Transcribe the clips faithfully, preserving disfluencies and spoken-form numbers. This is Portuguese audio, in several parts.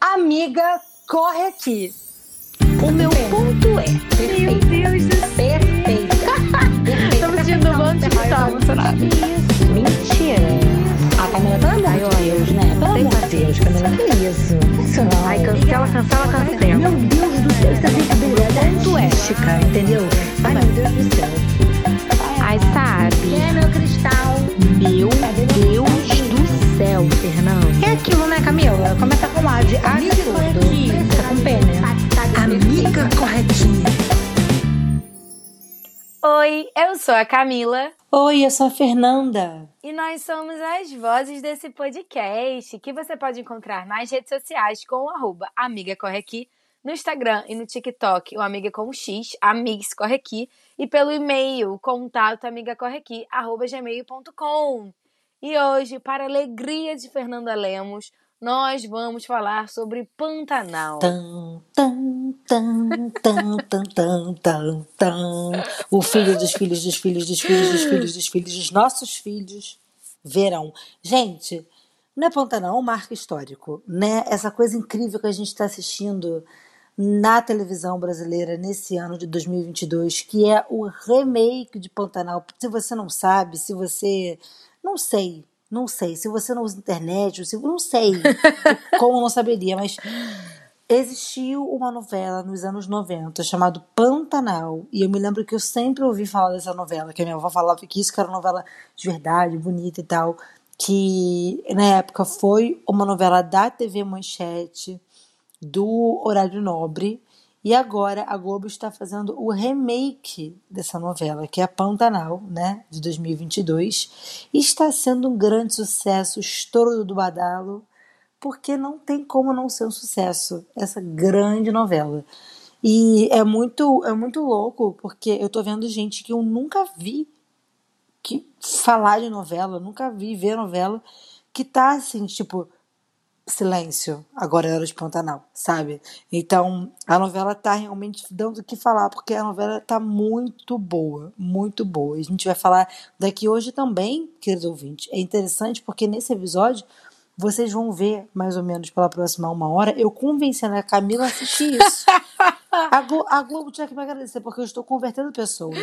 Amiga, corre aqui. O meu ponto é... Meu Deus do céu. Perfeita. Estamos assistindo um monte de tá emocionada. Isso. Mentira. A Camila, pelo amor de Deus, né? Pelo amor de Deus, Camila, que isso? Isso não. Ai, cancela, cancela, cancela. Meu Deus do céu, isso é brincadeira. É ponto é. mística, entendeu? Ai, meu Deus do céu. Ai, sabe? Quem é meu cristal? Meu Deus do céu, Fernanda. É aquilo, né, Camila? Começa com A de A de tudo. Começa com P, né? Amiga corretinha. Oi, eu sou a Camila. Oi, eu sou a Fernanda. E nós somos as vozes desse podcast, que você pode encontrar nas redes sociais com o arroba Amiga Corre Aqui, no Instagram e no TikTok, o Amiga com X, Amigos Corre Aqui, e pelo e-mail, contato amigacorreaqui, arroba gmail ponto com. E hoje, para a alegria de Fernanda Lemos, nós vamos falar sobre Pantanal. Tan, tan, tan, tan, tan, tan, tan, tan. O filho dos filhos dos filhos dos filhos dos filhos dos filhos dos nossos filhos verão. Gente, não é Pantanal, é um marco histórico, né? Essa coisa incrível que a gente está assistindo na televisão brasileira nesse ano de dois mil e vinte e dois, que é o remake de Pantanal. Se você não sabe, se você... Não sei, não sei. Se você não usa internet, se, não sei como não saberia, mas existiu uma novela nos anos noventa chamada Pantanal. E eu me lembro que eu sempre ouvi falar dessa novela, que a minha avó falava que isso que era uma novela de verdade, bonita e tal. Que na época foi uma novela da T V Manchete, do horário nobre, e agora a Globo está fazendo o remake dessa novela, que é a Pantanal, né, de dois mil e vinte e dois, e está sendo um grande sucesso, estouro do badalo, porque não tem como não ser um sucesso essa grande novela. E é muito, é muito louco, porque eu tô vendo gente que eu nunca vi que falar de novela, nunca vi ver novela, que tá assim, tipo, silêncio, agora é hora de Pantanal, sabe? Então, a novela tá realmente dando o que falar, porque a novela tá muito boa, muito boa. E a gente vai falar daqui hoje também, queridos ouvintes. É interessante porque nesse episódio, vocês vão ver, mais ou menos pela próxima uma hora, eu convencendo a Camila a assistir isso. A, Glo- a Globo tinha que me agradecer, porque eu estou convertendo pessoas.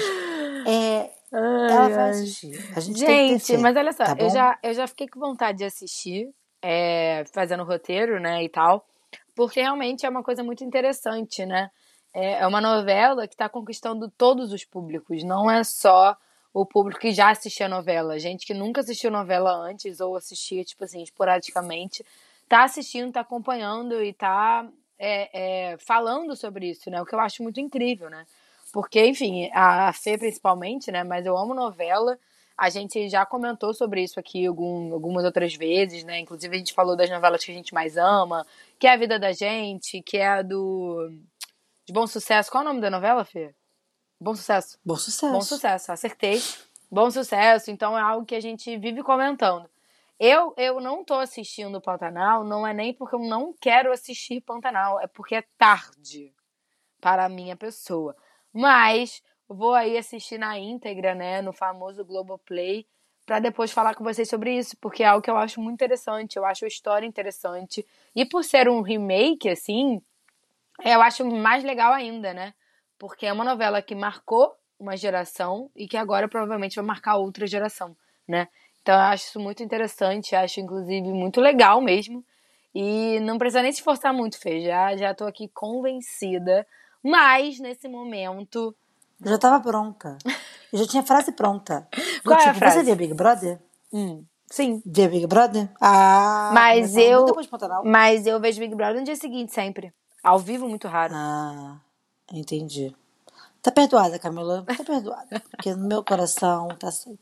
É, Ai, ela vai ai. assistir. A gente, tem que ter Gente, fé, mas olha só, tá eu bom? já, eu já fiquei com vontade de assistir, é, fazendo roteiro, né, e tal, porque realmente é uma coisa muito interessante, né? É é uma novela que está conquistando todos os públicos, não é só o público que já assistia a novela, gente que nunca assistiu novela antes ou assistia, tipo assim, esporadicamente, tá assistindo, tá acompanhando e tá é, é, falando sobre isso, né? O que eu acho muito incrível, né? Porque, enfim, a a Fê principalmente, né? Mas eu amo novela. A gente já comentou sobre isso aqui algum, algumas outras vezes, né? Inclusive a gente falou das novelas que a gente mais ama, que é A Vida da Gente, que é a do... de Bom Sucesso. Qual é o nome da novela, Fê? Bom Sucesso. Bom Bom sucesso. Sucesso, acertei. Bom Sucesso, então é algo que a gente vive comentando. Eu, eu não tô assistindo Pantanal, não é nem porque eu não quero assistir Pantanal, é porque é tarde para a minha pessoa. Mas vou aí assistir na íntegra, né, no famoso Globoplay, para depois falar com vocês sobre isso, porque é algo que eu acho muito interessante, eu acho a história interessante. E por ser um remake, assim, eu acho mais legal ainda, né? Porque é uma novela que marcou uma geração e que agora provavelmente vai marcar outra geração, né? Então eu acho isso muito interessante, acho inclusive muito legal mesmo. E não precisa nem se esforçar muito, Fê. Já, já tô aqui convencida. Mas, nesse momento... Eu já tava pronta. Eu já tinha a frase pronta. Do Qual é a tipo, frase? você via Big Brother? Hum, sim. Via Big Brother? Ah, Mas começava muito eu, depois de Pantanal. mas eu vejo Big Brother no dia seguinte, sempre. Ao vivo, muito raro. Ah, entendi. Tá perdoada, Camila. Tá perdoada. Porque no meu coração tá sempre.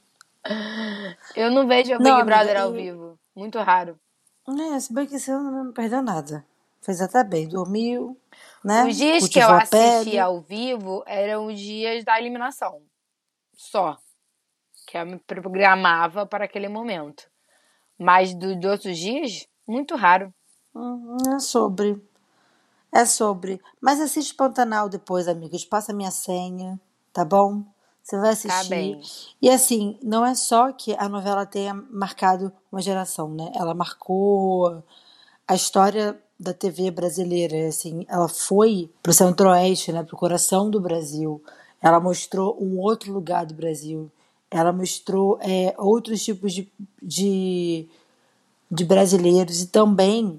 Eu não vejo o Big Não, amiga, Brother ao eu- vivo. Muito raro. É, se bem que você não, não perdeu nada. Fez até bem. Dormiu, né? Os dias que eu Cultivou a assisti pele. ao vivo eram os dias da eliminação. Só. Que eu me programava para aquele momento. Mas do, de outros dias, muito raro. Hum, É sobre. É sobre. Mas assiste Pantanal depois, amigos. Passa minha senha, tá bom? Você vai assistir. Tá bem. E assim, não é só que a novela tenha marcado uma geração, né? Ela marcou a história da T V brasileira, assim, ela foi pro centro-oeste, né, pro coração do Brasil. Ela mostrou um outro lugar do Brasil. Ela mostrou é, outros tipos de, de, de brasileiros e também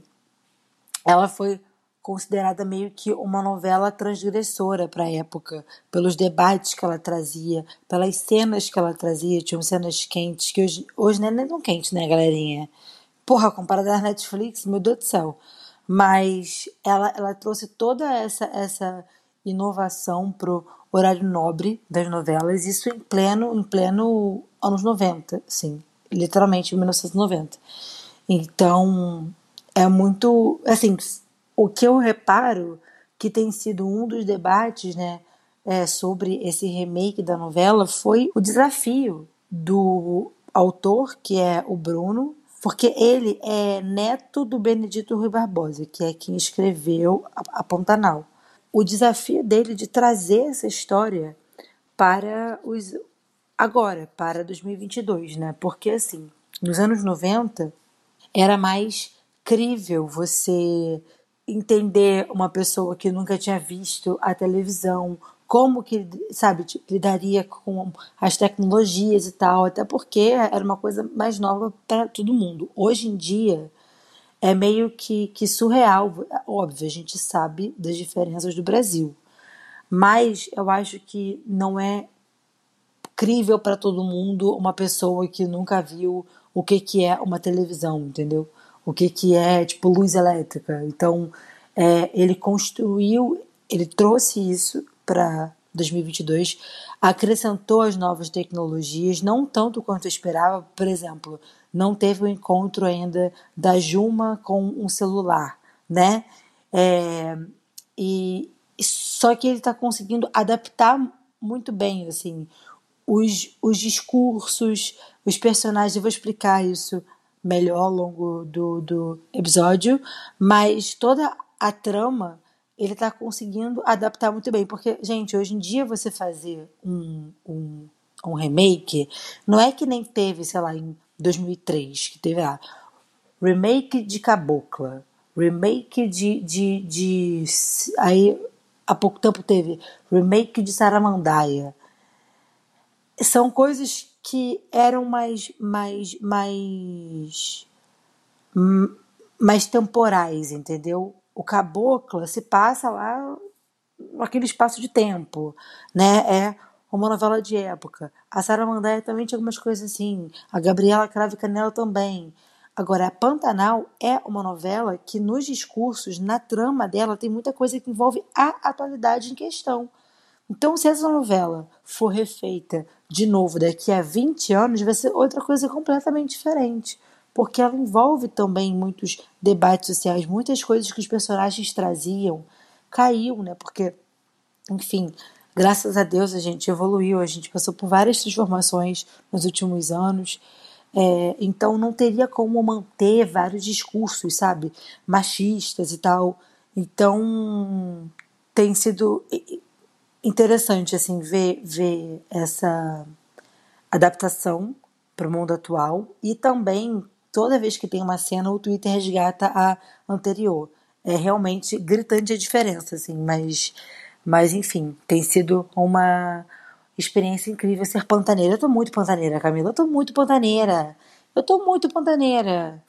ela foi considerada meio que uma novela transgressora para a época, pelos debates que ela trazia, pelas cenas que ela trazia, tinham cenas quentes, que hoje, hoje não é nem tão quente, né, galerinha? Porra, comparada à Netflix, meu Deus do céu. Mas ela, ela trouxe toda essa, essa inovação pro horário nobre das novelas, isso em pleno, em pleno anos noventa, sim, literalmente em mil novecentos e noventa. Então, é muito, assim, o que eu reparo que tem sido um dos debates, né, é, sobre esse remake da novela foi o desafio do autor, que é o Bruno, porque ele é neto do Benedito Rui Barbosa, que é quem escreveu a, a Pantanal. O desafio dele de trazer essa história para os agora, para dois mil e vinte e dois, né? Porque assim, nos anos noventa era mais crível você entender uma pessoa que nunca tinha visto a televisão, como que, sabe, tipo, lidaria com as tecnologias e tal, até porque era uma coisa mais nova para todo mundo. Hoje em dia é meio que, que surreal, óbvio, a gente sabe das diferenças do Brasil, mas eu acho que não é crível para todo mundo uma pessoa que nunca viu o que, que é uma televisão, entendeu? O que, que é, tipo, luz elétrica. Então, é, ele construiu, ele trouxe isso para dois mil e vinte e dois, acrescentou as novas tecnologias, não tanto quanto eu esperava. Por exemplo, não teve o encontro ainda da Juma com um celular, né? É, e só que ele está conseguindo adaptar muito bem, assim, os, os discursos, os personagens. Eu vou explicar isso melhor ao longo do, do episódio, mas toda a trama ele está conseguindo adaptar muito bem, porque, gente, hoje em dia você fazer um, um, um remake, não é que nem teve, sei lá, em dois mil e três, que teve lá, remake de Cabocla, remake de, de, de aí há pouco tempo teve remake de Saramandaia. São coisas que eram mais mais mais mais temporais, entendeu? O Cabocla se passa lá naquele espaço de tempo, né? É uma novela de época. A Saramandaia também tinha algumas coisas assim. A Gabriela Cravo e Canela também. Agora, a Pantanal é uma novela que nos discursos, na trama dela, tem muita coisa que envolve a atualidade em questão. Então, se essa novela for refeita de novo daqui a vinte anos, vai ser outra coisa completamente diferente. Porque ela envolve também muitos debates sociais, muitas coisas que os personagens traziam, caiu, né? Porque, enfim, graças a Deus a gente evoluiu, a gente passou por várias transformações nos últimos anos. É, então não teria como manter vários discursos, sabe? Machistas e tal. Então tem sido interessante, assim, ver, ver essa adaptação para o mundo atual, e também toda vez que tem uma cena o Twitter resgata a anterior. É realmente gritante a diferença, assim, mas, mas enfim, tem sido uma experiência incrível ser pantaneira. Eu tô muito pantaneira, Camila, eu tô muito pantaneira. Eu tô muito pantaneira.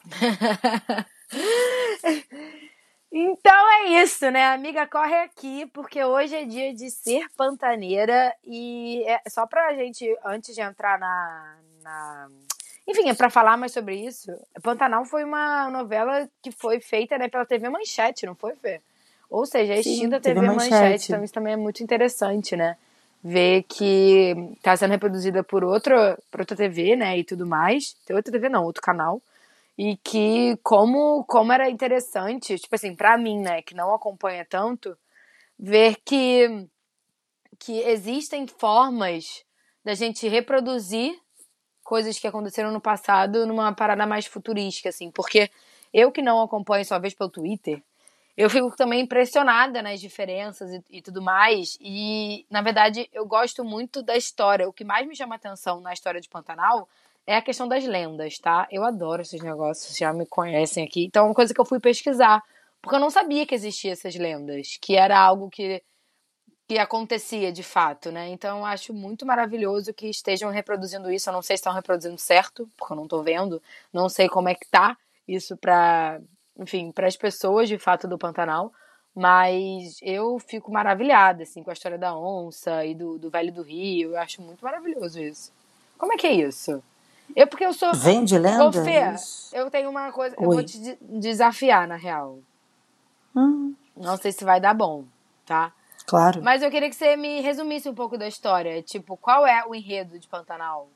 Então é isso, né? Amiga, corre aqui, porque hoje é dia de ser pantaneira. E é só pra gente, antes de entrar na... na... Enfim, é pra falar mais sobre isso. Pantanal foi uma novela que foi feita, né, pela T V Manchete, não foi, Fê? Ou seja, a extinta T V, T V Manchete. Manchete. Então isso também é muito interessante, né? Ver que tá sendo reproduzida por, outro, por outra T V, né, e tudo mais. Tem outra T V não, outro canal. E que como, como era interessante, tipo assim, pra mim, né, que não acompanha tanto, ver que, que existem formas da gente reproduzir coisas que aconteceram no passado numa parada mais futurística, assim. Porque eu que não acompanho só vez pelo Twitter, eu fico também impressionada nas diferenças e, e tudo mais. E, na verdade, eu gosto muito da história. O que mais me chama atenção na história de Pantanal é a questão das lendas, tá? Eu adoro esses negócios, já me conhecem aqui. Então é uma coisa que eu fui pesquisar, Porque eu não sabia que existia essas lendas, que era algo que, que acontecia de fato, né? Então eu acho muito maravilhoso que estejam reproduzindo isso. Eu não sei se estão reproduzindo certo, porque eu não tô vendo. Não sei como é que tá isso pra, enfim, para as pessoas de fato do Pantanal. Mas eu fico maravilhada, assim, com a história da onça e do, do Vale do Rio. Eu acho muito maravilhoso isso. Como é que é isso? Eu, porque eu sou... Vem de Ô, lenda? Fê, Isso. eu tenho uma coisa... Eu vou Oi. te de- desafiar, na real. Hum, Não sei se vai dar bom, tá? claro. Mas eu queria que você me resumisse um pouco da história. Tipo, qual é o enredo de Pantanal?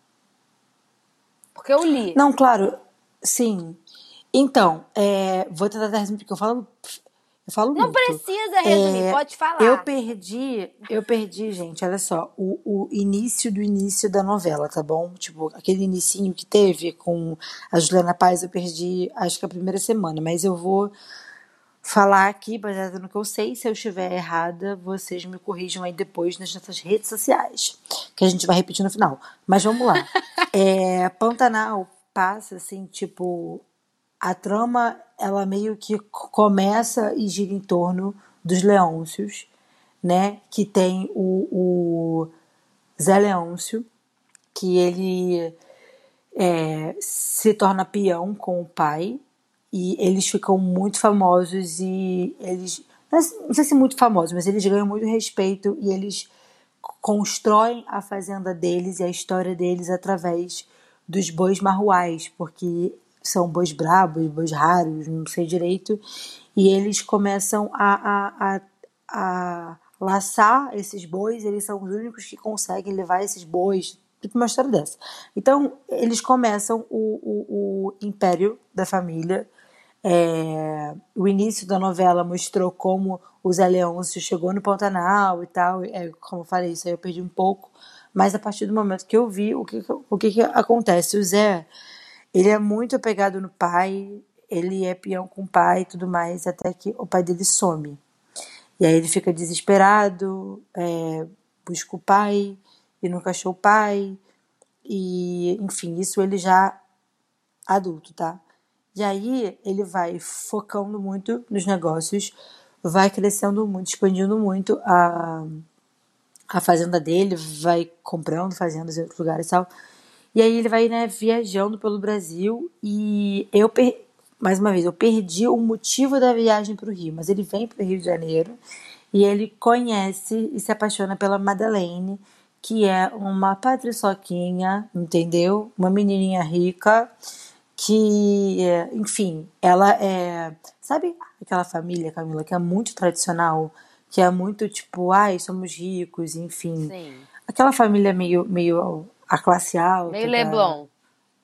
Porque eu li. Não, claro, sim. Então, é, vou tentar dar resumir, porque eu falo, eu falo Não muito. precisa resumir, É, pode eu falar. perdi, eu perdi, gente, olha só, o, o início do início da novela, tá bom? Tipo, aquele inicinho que teve com a Juliana Paz, eu perdi, acho que a primeira semana, mas eu vou falar aqui, baseado no que eu sei. Se eu estiver errada, vocês me corrijam aí depois nas nossas redes sociais, que a gente vai repetir no final. Mas vamos lá. É, Pantanal passa assim, tipo, a trama, ela meio que c- começa e gira em torno dos Leôncios, né? Que tem o, o Zé Leôncio, que ele é, se torna peão com o pai e eles ficam muito famosos e eles, não sei se muito famosos, mas eles ganham muito respeito e eles constroem a fazenda deles e a história deles através dos bois marruais, porque são bois brabos, bois raros, não sei direito, e eles começam a, a, a, a laçar esses bois, eles são os únicos que conseguem levar esses bois, tipo uma história dessa. Então, eles começam o, o, o império da família. É, o início da novela mostrou como o Zé Leôncio chegou no Pantanal e tal. É, como eu falei, isso aí eu perdi um pouco. Mas a partir do momento que eu vi, o que, o que, que acontece? O Zé, ele é muito apegado no pai, ele é peão com o pai e tudo mais, até que o pai dele some. E aí ele fica desesperado, é, busca o pai e nunca achou o pai. E, enfim, isso ele já adulto, tá? E aí ele vai focando muito nos negócios, vai crescendo muito, expandindo muito a, a fazenda dele, vai comprando fazendas em outros lugares e tal. E aí ele vai, né, viajando pelo Brasil e eu, per... mais uma vez, eu perdi o motivo da viagem para o Rio, mas ele vem para o Rio de Janeiro e ele conhece e se apaixona pela Madeleine, que é uma patriçoquinha, entendeu? Uma menininha rica que, enfim, ela é, sabe aquela família, Camila, que é muito tradicional, que é muito tipo, ai, somos ricos, enfim, Sim. aquela família meio, meio a classe alta Meio da... Leblon.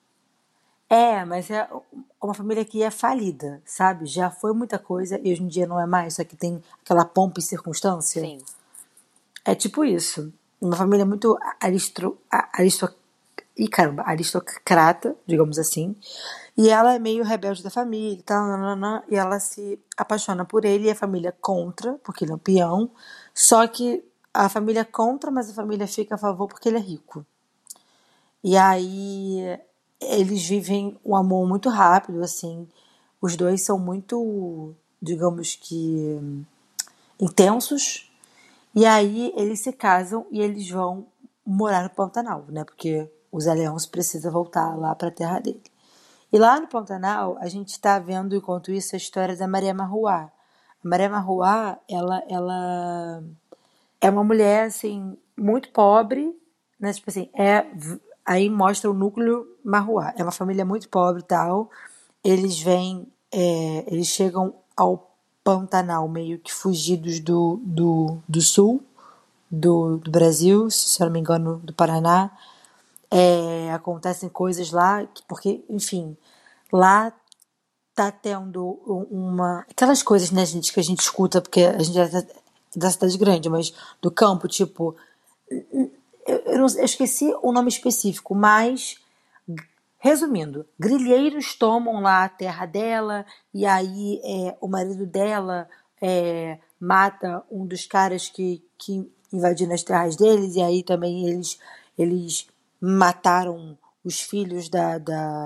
É, mas é uma família que é falida, sabe? Já foi muita coisa e hoje em dia não é mais, só que tem aquela pompa e circunstância. Sim. É tipo isso. Uma família muito aristro, aristo, e caramba, aristocrata, digamos assim. E ela é meio rebelde da família e tal, nananã, e ela se apaixona por ele e a família contra, porque ele é um peão. Só que a família contra, mas a família fica a favor porque ele é rico. E aí eles vivem um amor muito rápido, assim. Os dois são muito, digamos que, intensos. E aí eles se casam e eles vão morar no Pantanal, né? Porque o Zé Leôncio precisa voltar lá para a terra dele. E lá no Pantanal, a gente está vendo, enquanto isso, a história da Maria Marruá. A Maria Marruá, ela, ela é uma mulher, assim, muito pobre, né? Tipo assim, é, aí mostra o núcleo Marruá. É uma família muito pobre e tal. Eles vêm, é, eles chegam ao Pantanal meio que fugidos do, do, do sul do, do Brasil, se eu não me engano, do Paraná. É, acontecem coisas lá, porque, enfim, lá tá tendo uma... Aquelas coisas, né, gente, que a gente escuta, porque a gente é da cidade grande, mas do campo, tipo... Eu, eu, não, eu esqueci o nome específico, mas... Resumindo, grilheiros tomam lá a terra dela e aí é, o marido dela é, mata um dos caras que, que invadiram as terras deles e aí também eles, eles mataram os filhos da, da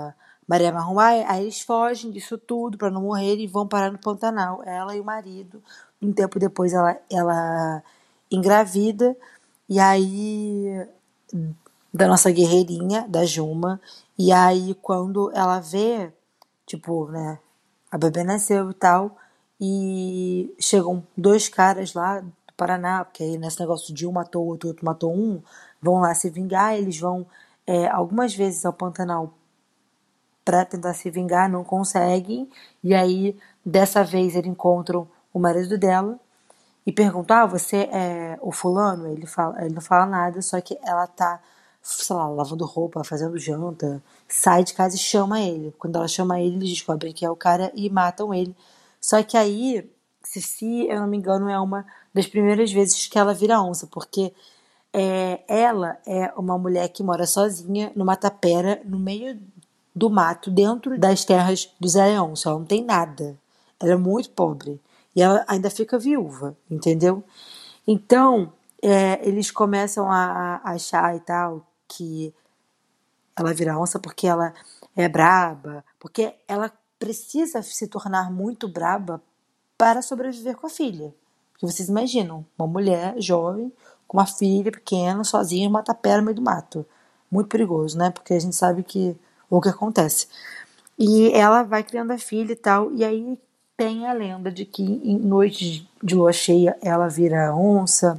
Maria Marruai, aí eles fogem disso tudo para não morrer e vão parar no Pantanal, ela e o marido. Um tempo depois ela, ela engravida, e aí da nossa guerreirinha, da Juma, e aí quando ela vê, tipo, né, a bebê nasceu e tal, e chegam dois caras lá do Paraná, porque aí nesse negócio de um matou o outro, o outro matou um, vão lá se vingar, eles vão é, algumas vezes ao Pantanal para tentar se vingar, não conseguem, e aí dessa vez eles encontram o marido dela e perguntam: ah, você é o fulano? Ele, fala, ele não fala nada, só que ela tá, sei lá, lavando roupa, fazendo janta, sai de casa e chama ele. Quando ela chama ele, eles descobrem que é o cara e matam ele. Só que aí, se, se eu não me engano, é uma das primeiras vezes que ela vira onça, porque é, ela é uma mulher que mora sozinha numa tapera, no meio do mato, dentro das terras do Zé Leôncio. Ela não tem nada. Ela é muito pobre. E ela ainda fica viúva, entendeu? Então, é, eles começam a, a achar e tal que ela vira onça porque ela é braba, porque ela precisa se tornar muito braba para sobreviver com a filha. Porque vocês imaginam, uma mulher jovem com uma filha pequena, sozinha, em uma tapera no meio do mato. Muito perigoso, né? Porque a gente sabe que o que acontece. E ela vai criando a filha e tal, e aí tem a lenda de que em noites de lua cheia ela vira onça.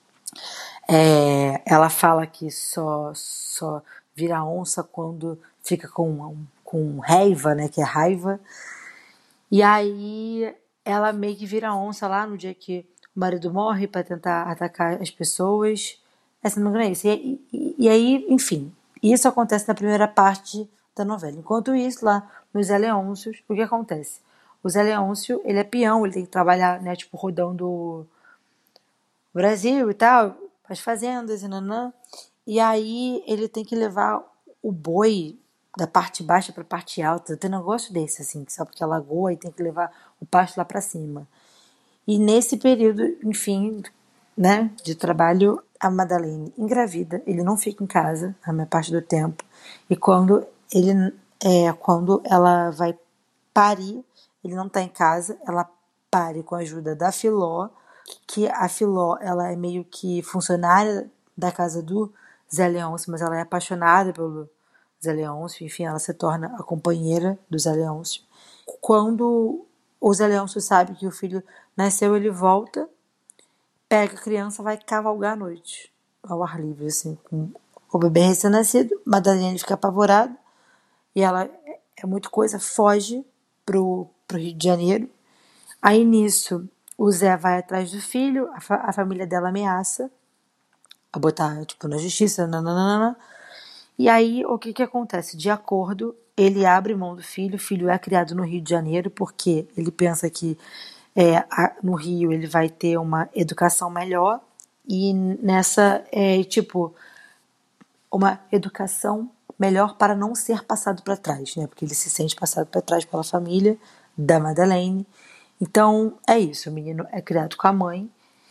É, ela fala que só, só vira onça quando fica com, com raiva, né? Que é raiva. E aí ela meio que vira onça lá no dia que o marido morre para tentar atacar as pessoas. Essa não é isso. E, e, e aí, enfim, isso acontece na primeira parte da novela. Enquanto isso, lá nos Zé Leôncios, o que acontece? O Zé Leôncio, ele é peão, ele tem que trabalhar, né, tipo, rodando o Brasil e tal, as fazendas e nanã. E aí ele tem que levar o boi da parte baixa para a parte alta. Tem um negócio desse, assim, só porque é lagoa e tem que levar o pasto lá para cima. E nesse período, enfim, né, de trabalho, a Madalene engravida. Ele não fica em casa a maior parte do tempo. E quando ele é, quando ela vai parir, ele não está em casa. Ela pare com a ajuda da Filó, que a Filó, ela é meio que funcionária da casa do Zé Leôncio, mas ela é apaixonada pelo Zé Leôncio. Enfim, ela se torna a companheira do Zé Leôncio. Quando o Zé Leôncio sabe que o filho nasceu, ele volta, pega a criança, vai cavalgar à noite, ao ar livre, assim, com o bebê recém-nascido. Madalena fica apavorada e ela é muito coisa, foge pro, pro Rio de Janeiro. Aí nisso, o Zé vai atrás do filho, a, fa- a família dela ameaça a botar, tipo, na justiça, nananana. E aí, o que que acontece? De acordo, ele abre mão do filho, o filho é criado no Rio de Janeiro, porque ele pensa que é, a- no Rio ele vai ter uma educação melhor, e nessa, é, tipo, uma educação melhor para não ser passado para trás, né? Porque ele se sente passado para trás pela família da Madeleine. Então, é isso, o menino é criado com a mãe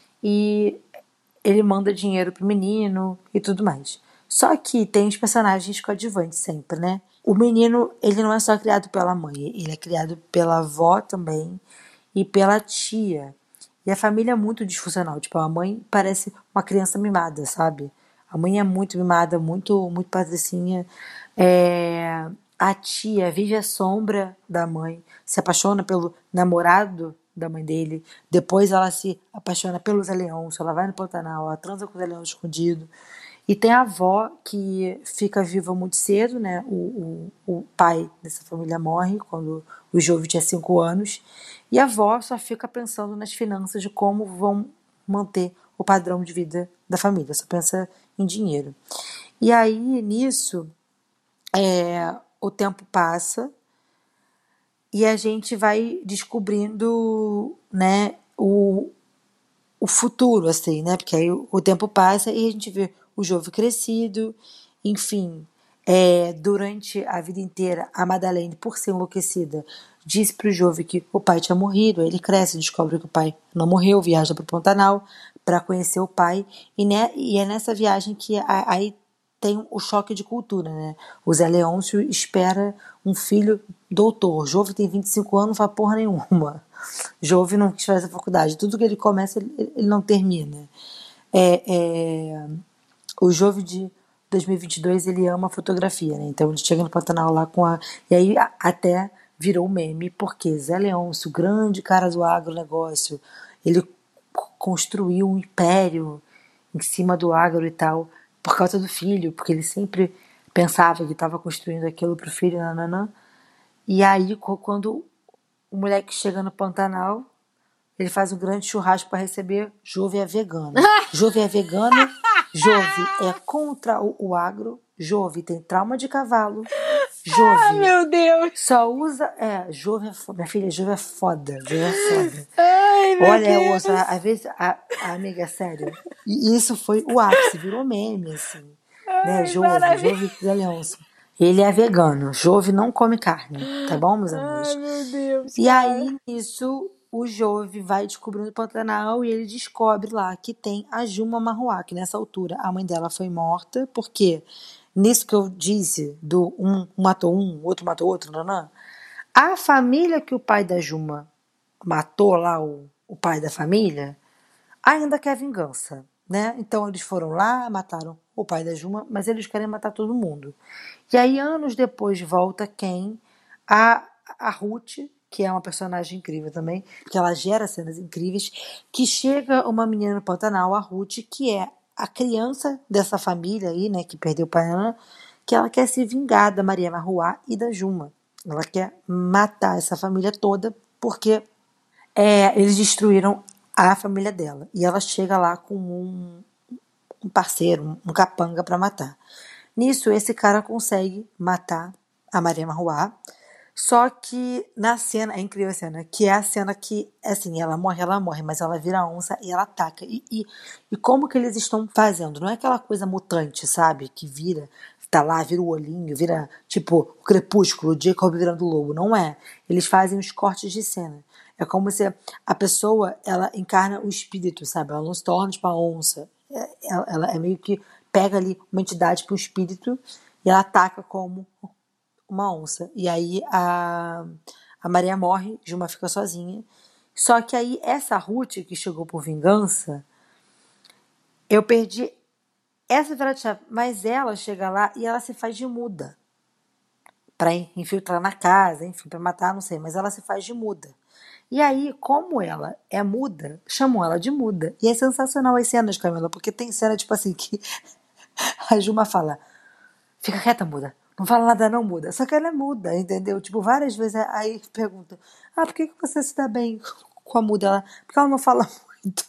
e ele manda dinheiro pro menino e tudo mais. Só que tem os personagens coadjuvantes sempre, né? O menino, ele não é só criado pela mãe, ele é criado pela avó também e pela tia. E a família é muito disfuncional, tipo, a mãe parece uma criança mimada, sabe? A mãe é muito mimada, muito, muito patricinha. É... A tia vive à sombra da mãe, se apaixona pelo namorado da mãe dele, depois ela se apaixona pelo Zé Leôncio, ela vai no Pantanal, ela transa com o Zé Leôncio escondido. E tem a avó que fica viva muito cedo, né? O, o, o pai dessa família morre quando o Jovem tinha cinco anos. E a avó só fica pensando nas finanças, de como vão manter o padrão de vida da família, só pensa em dinheiro. E aí, nisso, é, o tempo passa e a gente vai descobrindo, né, o, o futuro, assim, né? Porque aí o, o tempo passa e a gente vê o Jovem crescido, enfim. É, durante a vida inteira, a Madalene, por ser enlouquecida, disse pro Jovem que o pai tinha morrido. Aí ele cresce, descobre que o pai não morreu, viaja pro Pantanal para conhecer o pai. E, né, e é nessa viagem que a- aí tem o choque de cultura, né? O Zé Leôncio espera um filho doutor. Jove tem vinte e cinco anos, não faz porra nenhuma. Jove não quis fazer faculdade. Tudo que ele começa, ele, ele não termina. É, é, o Jove de dois mil e vinte e dois, ele ama fotografia, né? Então ele chega no Pantanal lá com a... E aí a, até virou meme, porque Zé Leôncio, o grande cara do agronegócio, ele construiu um império em cima do agro e tal, por causa do filho, porque ele sempre pensava que estava construindo aquilo pro filho, nananã. E aí, quando o moleque chega no Pantanal, ele faz um grande churrasco para receber. Jove é vegano. Jove é vegano, Jove é contra o, o agro, Jove tem trauma de cavalo, Jove Ah, meu Deus! só usa... É, Jove é foda. Minha filha, Jove é foda. Jove é foda. Ai, meu Olha, Deus! ouça, às vezes, a, a amiga, sério, e isso foi o ápice, virou meme, assim, né, Ai, Jove, maravilha. Jove Zé Leôncio. Ele é vegano, Jove não come carne, tá bom, meus Ai, amores? meu Deus, E cara. aí, isso, o Jove vai descobrindo o Pantanal e ele descobre lá que tem a Juma Marruá, que nessa altura a mãe dela foi morta, porque nisso que eu disse, do um, um matou um, outro matou outro, nanã, a família que o pai da Juma matou lá, o, o pai da família, ainda quer vingança, né? Então eles foram lá, mataram o pai da Juma, mas eles querem matar todo mundo. E aí, anos depois, volta quem? A, a Ruth, que é uma personagem incrível também, que ela gera cenas incríveis, que chega uma menina no Pantanal, a Ruth, que é a criança dessa família aí, né, que perdeu o pai, que ela quer se vingar da Maria Marruá e da Juma. Ela quer matar essa família toda, porque é, eles destruíram a família dela. E ela chega lá com um, um parceiro, um, um capanga para matar. Nisso, esse cara consegue matar a Maria Marruá. Só que na cena, é incrível a cena, que é a cena que, assim, ela morre, ela morre, mas ela vira onça e ela ataca. E, e, e como que eles estão fazendo? Não é aquela coisa mutante, sabe? Que vira, tá lá, vira o olhinho, vira, tipo, o crepúsculo, o Jacob virando lobo. Não é. Eles fazem os cortes de cena. É como se a pessoa, ela encarna o espírito, sabe? Ela não se torna, tipo, a onça. Ela, ela é meio que pega ali uma entidade para o espírito e ela ataca como uma onça. E aí a, a Maria morre, Juma fica sozinha. Só que aí essa Ruth que chegou por vingança, eu perdi essa virada-chave, mas ela chega lá e ela se faz de muda para infiltrar na casa, enfim, para matar, não sei, mas ela se faz de muda. E aí, como ela é muda, chamam ela de muda. E é sensacional as cenas, Camila, porque tem cena tipo assim que a Juma fala, fica quieta, muda. Não fala nada não, muda. Só que ela é muda, entendeu? Tipo, várias vezes aí perguntam, ah, por que que você se dá bem com a muda? Ela, porque ela não fala muito.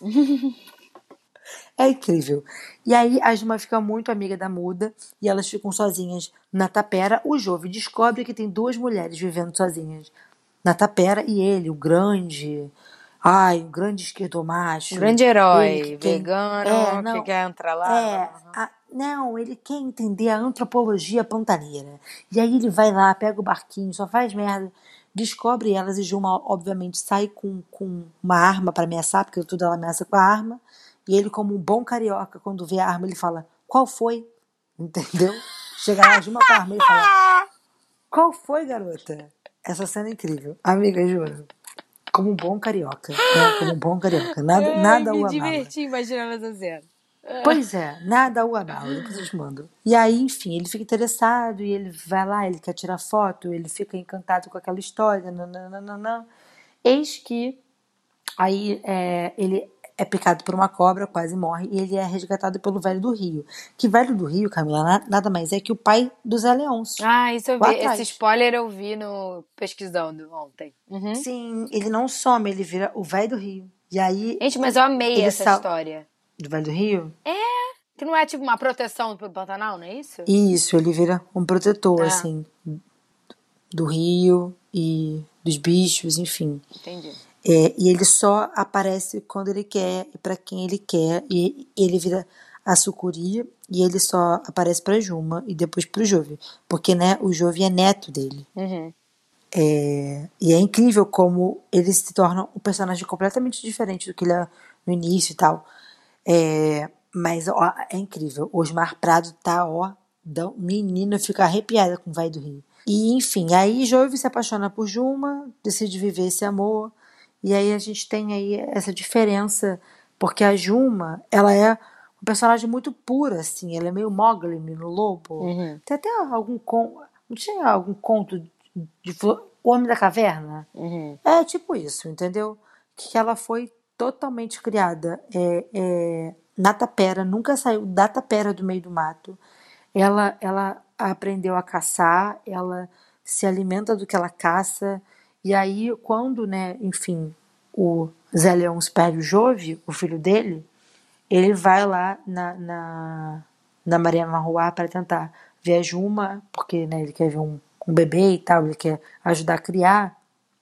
É incrível. E aí a Juma fica muito amiga da muda e elas ficam sozinhas na tapera. O Jove descobre que tem duas mulheres vivendo sozinhas na tapera e ele, o grande... Ai, o grande esquerdomacho. Um grande Ele herói, que quer, vegano, é, que não, quer entrar lá. é, a- não, ele quer entender a antropologia pantaneira. E aí ele vai lá, pega o barquinho, só faz merda, descobre elas e Juma, obviamente, sai com, com uma arma para ameaçar, porque tudo ela ameaça com a arma. E ele, como um bom carioca, quando vê a arma, ele fala, qual foi? Entendeu? Chega lá, Juma com a arma e ele fala, qual foi, garota? Essa cena é incrível. Amiga, juro. Como um bom carioca, né? Como um bom carioca. Nada, Ai, nada me o abala. diverti imaginando essa cena. Pois é, nada o abala. Depois eu te mando. E aí, enfim, ele fica interessado e ele vai lá, ele quer tirar foto, ele fica encantado com aquela história. Nananana. Eis que aí é, ele é picado por uma cobra, quase morre, e ele é resgatado pelo Velho do Rio. Que Velho do Rio, Camila, na- nada mais é que o pai do Zé Leôncio. Ah, isso eu Lá vi. atrás. Esse spoiler eu vi no pesquisando ontem. Uhum. Sim, ele não some, ele vira o Velho do Rio. E aí, Gente, mas eu amei ele essa sal- história. do Velho do Rio? Que não é tipo uma proteção pro Pantanal, não é isso? Isso, ele vira um protetor, É. assim, do rio e dos bichos, enfim. Entendi. É, e ele só aparece quando ele quer e pra quem ele quer. E ele vira a sucuri e ele só aparece pra Juma e depois pro Jove. Porque, né, o Jove é neto dele. Uhum. É, e é incrível como ele se torna um personagem completamente diferente do que ele é no início e tal. É, mas ó, é incrível. Osmar Prado tá ó, Dão, menina, eu fico arrepiada com o Vai do Rio. E, enfim, aí Jove se apaixona por Juma, decide viver esse amor. E aí a gente tem aí essa diferença, porque a Juma, ela é um personagem muito pura, assim, ela é meio Mowgli no Lobo. Uhum. Tem até algum conto, não tinha algum conto de Flo- O Homem da Caverna? Uhum. É tipo isso, entendeu? Que ela foi totalmente criada é, é, na tapera, nunca saiu da tapera do meio do mato. Ela, ela aprendeu a caçar, ela se alimenta do que ela caça, e aí quando, né, enfim, o Zé Leôncio perde o Jove, o filho dele, ele vai lá na, na, na Maria Marruá para tentar ver a Juma, porque, né, ele quer ver um, um bebê e tal, ele quer ajudar a criar,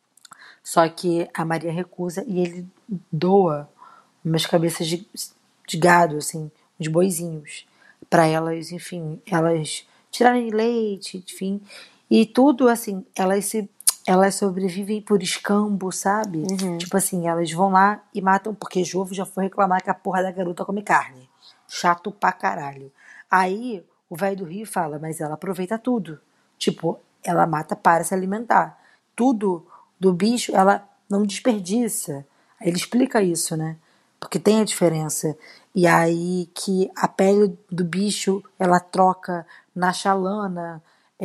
só que a Maria recusa e ele doa umas cabeças de, de gado, assim, uns boizinhos, para elas, enfim, elas tirarem leite, enfim, e tudo assim, elas se elas sobrevivem por escambo, sabe? Uhum. Tipo assim, elas vão lá e matam, porque Jove já foi reclamar que a porra da garota come carne. Chato pra caralho. Aí o velho do Rio fala, mas ela aproveita tudo. Tipo, ela mata para se alimentar. Tudo do bicho, ela não desperdiça. Aí ele explica isso, né? Porque tem a diferença. E aí que a pele do bicho, ela troca na chalana,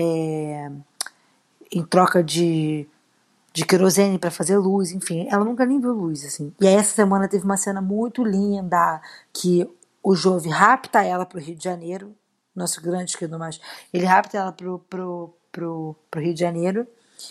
é, em troca de, de querosene para fazer luz, enfim. Ela nunca nem viu luz, assim. E aí essa semana teve uma cena muito linda que o Jove rapta ela pro Rio de Janeiro, nosso grande esquerdo macho. Ele rapta ela pro, pro, pro, pro Rio de Janeiro,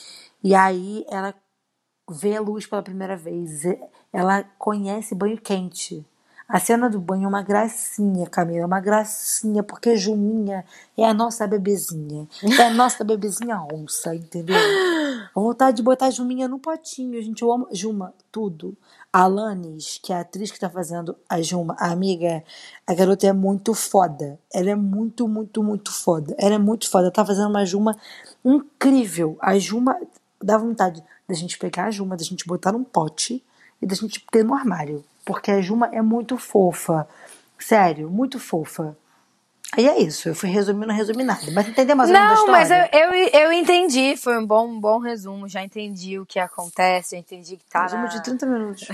e aí ela vê a luz pela primeira vez. Ela conhece banho quente. A cena do banho é uma gracinha, Camila, é uma gracinha, porque Juminha é a nossa bebezinha. É a nossa bebezinha onça, entendeu? A vontade de botar a Juminha no potinho, gente. Eu amo Juma, tudo. A Alanis, que é a atriz que tá fazendo a Juma, a amiga, a garota é muito foda. Ela é muito, muito, muito foda. Ela é muito foda. Ela tá fazendo uma Juma incrível. A Juma dá vontade da gente pegar a Juma, da gente botar num pote e da gente ter no armário. Porque a Juma é muito fofa. Sério, muito fofa. Aí é isso, eu fui resumindo, não resumi nada. Mas entendeu mais ou menos da Não, mas eu, história? eu, eu entendi. Foi um bom, um bom resumo. Já entendi o que acontece. Já entendi que tá Resumo de na... trinta minutos.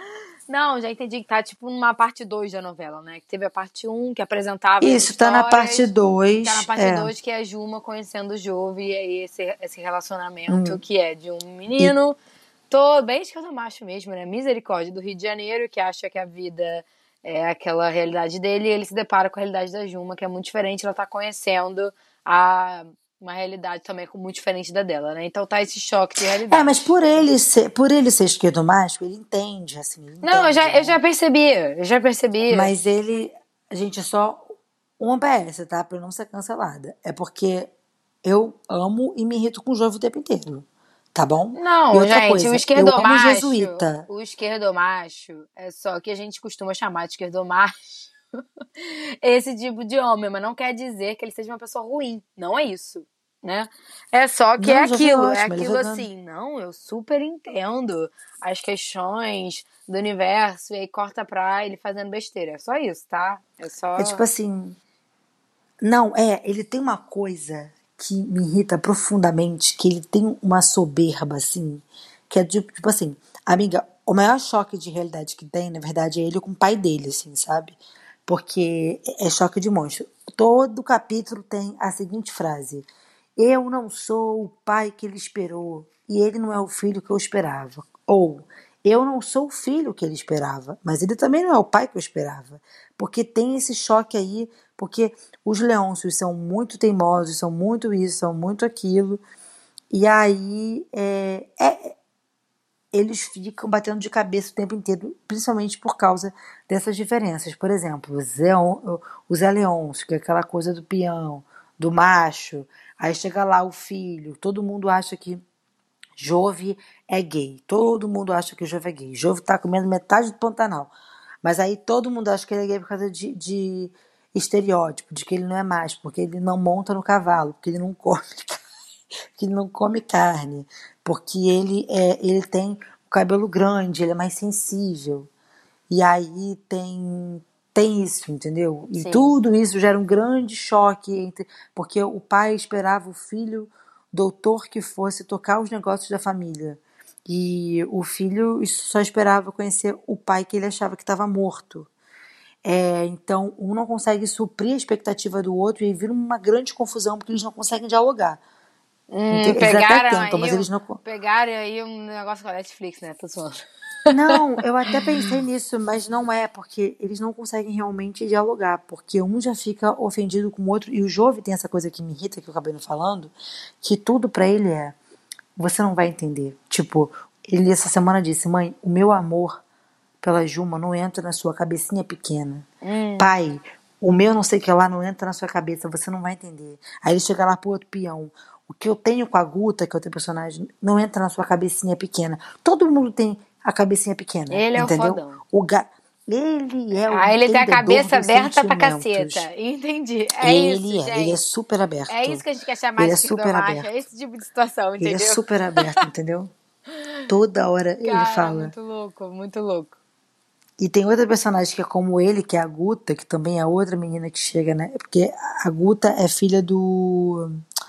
Não, já entendi que tá tipo numa parte dois da novela, né? Que teve a parte um, que apresentava as Isso, tá na parte histórias. dois. Tá na parte É. dois, que é a Juma conhecendo o Jove. E aí esse, esse relacionamento Hum. que é de um menino... Tô bem esquerdomacho mesmo, né? Misericórdia, do Rio de Janeiro, que acha que a vida é aquela realidade dele, e ele se depara com a realidade da Juma, que é muito diferente. Ela tá conhecendo a, uma realidade também muito diferente da dela, né? Então tá esse choque de realidade. É, mas por ele ser, por ele ser esquerdo mágico, ele entende, assim. Ele Não, eu entende, já, né? eu já percebi, eu já percebi. Mas ele, a gente, só um P S, tá? Pra eu não ser cancelada. É porque eu amo e me irrito com o Jove o tempo inteiro. Tá bom? Não, E outra gente, coisa, o eu amo esquerdomacho, jesuíta. o esquerdomacho é só que a gente costuma chamar de esquerdomacho esse tipo de homem, mas não quer dizer que ele seja uma pessoa ruim. Não é isso, né? É só que Não, é o Jove é aquilo, é ótimo, ele é aquilo vegano. assim, não, eu super entendo as questões do universo, e aí corta pra ele fazendo besteira. É só isso, tá? É só... É tipo assim... Não, é, ele tem uma coisa que me irrita profundamente, que ele tem uma soberba, assim, que é tipo, tipo assim, amiga, o maior choque de realidade que tem, na verdade, é ele com o pai dele, assim, sabe? Porque é choque de monstro. Todo capítulo tem a seguinte frase: eu não sou o pai que ele esperou, e ele não é o filho que eu esperava. Ou, eu não sou o filho que ele esperava, mas ele também não é o pai que eu esperava. Porque tem esse choque aí, porque os Leôncios são muito teimosos, são muito isso, são muito aquilo, e aí é, é, eles ficam batendo de cabeça o tempo inteiro, principalmente por causa dessas diferenças. Por exemplo, o Zé, o Zé Leôncio, que é aquela coisa do peão, do macho, aí chega lá o filho, todo mundo acha que Jove é gay, todo mundo acha que Jove é gay, Jove tá comendo metade do Pantanal, mas aí todo mundo acha que ele é gay por causa de, de estereótipo, de que ele não é macho, porque ele não monta no cavalo, porque ele não come que ele não come carne, porque ele, é, ele tem o cabelo grande, ele é mais sensível. E aí tem Tem isso, entendeu? E Sim. tudo isso gera um grande choque, entre, porque o pai esperava o filho doutor que fosse tocar os negócios da família. E o filho só esperava conhecer o pai que ele achava que estava morto. É, então, um não consegue suprir a expectativa do outro e aí vira uma grande confusão porque eles não conseguem dialogar. Hum, Ente- Eles até pegaram tentam, aí, mas um- eles não. pegaram aí um negócio com a Netflix, né? Tô zoando. Não, eu até pensei nisso, mas não é, porque eles não conseguem realmente dialogar, porque um já fica ofendido com o outro, e o Jove tem essa coisa que me irrita, que eu acabei não falando, que tudo pra ele é, você não vai entender. Tipo, ele essa semana disse, mãe, o meu amor pela Juma não entra na sua cabecinha pequena. Hum. Pai, o meu não sei o que lá não entra na sua cabeça, você não vai entender. Aí ele chega lá pro outro peão. O que eu tenho com a Guta, que é o teu personagem, não entra na sua cabecinha pequena. Todo mundo tem a cabecinha pequena, Ele é o entendeu? fodão. O ga... Ele é o Ah, ele tem a entendedor cabeça dos aberta pra sentimentos. caceta. Entendi. É Ele isso, é, ele é gente. super aberto. É isso que a gente quer chamar Ele de é super esquerdomacho. aberto. É esse tipo de situação, Ele é entendeu? super aberto, entendeu? Toda hora ele Cara, fala. muito louco, muito louco. E tem outra personagem que é como ele, que é a Guta, que também é outra menina que chega, né? Porque a Guta é filha do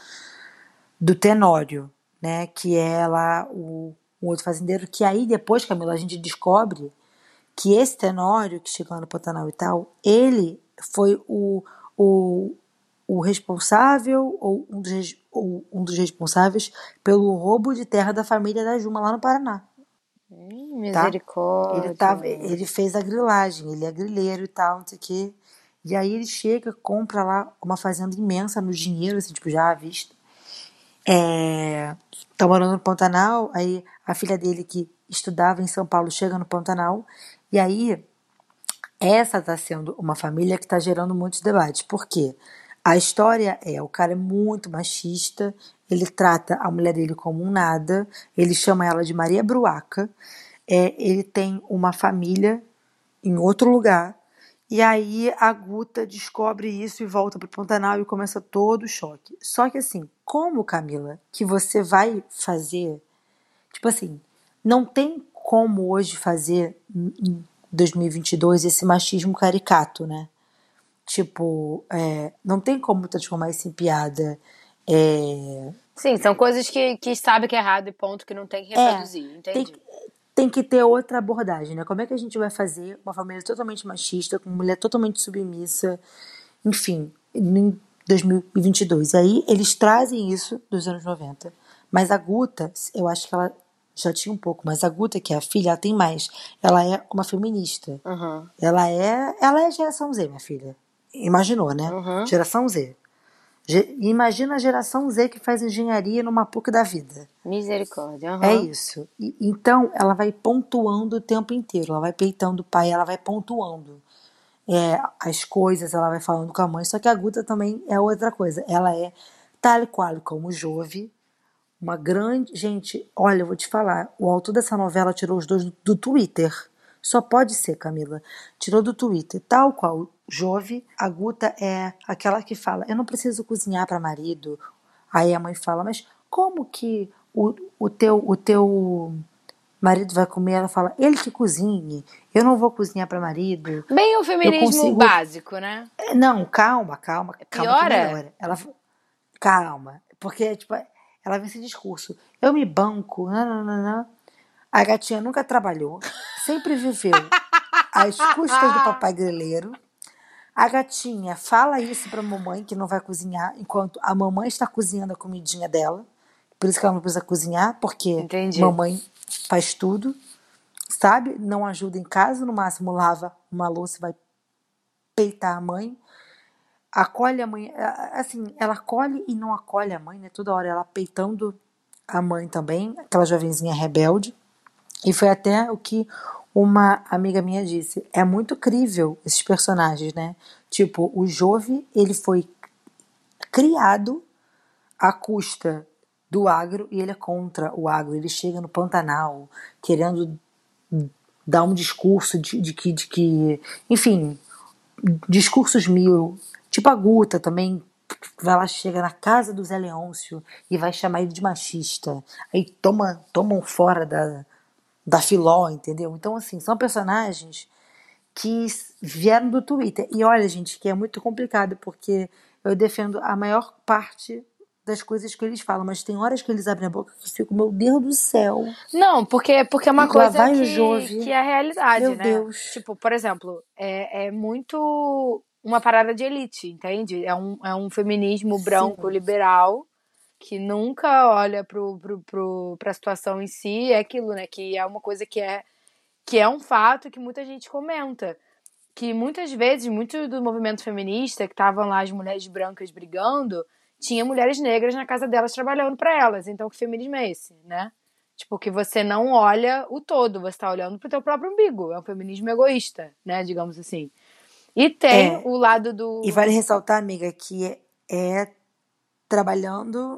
do Tenório, né? Que é lá o, o outro fazendeiro, que aí depois, Camila, a gente descobre que esse Tenório, que chegou lá no Pantanal e tal, ele foi o, o, o responsável, ou um, dos, res- ou um dos responsáveis pelo roubo de terra da família da Juma lá no Paraná. Hum, Tá? misericórdia. Ele, tava, ele fez a grilagem, ele é grileiro e tal, não sei o quê. E aí ele chega, compra lá uma fazenda imensa no dinheiro, assim, tipo, já à vista. É, tá morando no Pantanal, aí a filha dele que estudava em São Paulo chega no Pantanal, e aí essa tá sendo uma família que tá gerando muitos debates. Por quê? A história é, o cara é muito machista, ele trata a mulher dele como um nada, ele chama ela de Maria Bruaca, é, ele tem uma família em outro lugar, e aí a Guta descobre isso e volta pro Pantanal e começa todo o choque. Só que assim, como, Camila, que você vai fazer, tipo assim, não tem como hoje fazer em dois mil e vinte e dois esse machismo caricato, né? Tipo, é, não tem como transformar isso em piada. É, Sim, são coisas que, que sabe que é errado e ponto, que não tem que é reproduzir, tem, entendi. tem que ter outra abordagem, né? Como é que a gente vai fazer uma família totalmente machista, com uma mulher totalmente submissa, enfim, em dois mil e vinte e dois. E aí eles trazem isso dos anos noventa. Mas a Guta, eu acho que ela já tinha um pouco, mas a Guta, que é a filha, ela tem mais. Ela é uma feminista. Uhum. Ela é, ela é geração Z, minha filha. Imaginou, né? Uhum. Geração Z. Ge- Imagina a geração Z que faz engenharia numa PUC da vida. Misericórdia. Uhum. É isso. E- então, ela vai pontuando o tempo inteiro. Ela vai peitando o pai, ela vai pontuando é, as coisas, ela vai falando com a mãe. Só que a Guta também é outra coisa. Ela é tal e qual como o Jove, uma grande. Gente, olha, eu vou te falar. O autor dessa novela tirou os dois do, do Twitter. Só pode ser, Camila. Tirou do Twitter. Tal qual Jove, a Guta é aquela que fala: eu não preciso cozinhar para marido. Aí a mãe fala: mas como que o, o, teu, o teu marido vai comer? Ela fala: ele que cozinhe. Eu não vou cozinhar para marido. Bem o Eu feminismo consigo. básico, né? Não, calma, calma, calma que Piora? melhora. Ela, calma, porque tipo, ela vem esse discurso. Eu me banco, nananana. A gatinha nunca trabalhou, sempre viveu às custas do papai greleiro. A gatinha fala isso pra mamãe que não vai cozinhar, enquanto a mamãe está cozinhando a comidinha dela. Por isso que ela não precisa cozinhar, porque Entendi. mamãe faz tudo, sabe? Não ajuda em casa, no máximo lava uma louça e vai peitar a mãe. Acolhe a mãe, assim, ela acolhe e não acolhe a mãe, né? Toda hora ela peitando a mãe também, aquela jovenzinha rebelde. E foi até o que uma amiga minha disse. É muito crível esses personagens, né? Tipo, o Jove, ele foi criado à custa do agro e ele é contra o agro. Ele chega no Pantanal querendo dar um discurso de, de, que, de que, enfim, discursos mil. Tipo a Guta também, vai lá, chega na casa do Zé Leôncio e vai chamar ele de machista. Aí toma, tomam fora da, da Filó, entendeu? Então, assim, são personagens que vieram do Twitter. E olha, gente, que é muito complicado, porque eu defendo a maior parte das coisas que eles falam, mas tem horas que eles abrem a boca que eu fico, meu Deus do céu. Não, porque, porque é uma E lá coisa vai o que, Jove. que é a realidade, Meu né? Deus. Tipo, por exemplo, é, é muito uma parada de elite, entende? É um, é um feminismo branco, Sim. liberal, que nunca olha pro, pro, pro, pra situação em si. É aquilo, né? Que é uma coisa que é, que é um fato que muita gente comenta. Que muitas vezes, muito do movimento feminista, que estavam lá as mulheres brancas brigando, tinha mulheres negras na casa delas trabalhando para elas. Então, que feminismo é esse, né? Tipo, que você não olha o todo, você tá olhando pro teu próprio umbigo. É um feminismo egoísta, né? Digamos assim. E tem É, o lado do... e vale ressaltar, amiga, que é, é trabalhando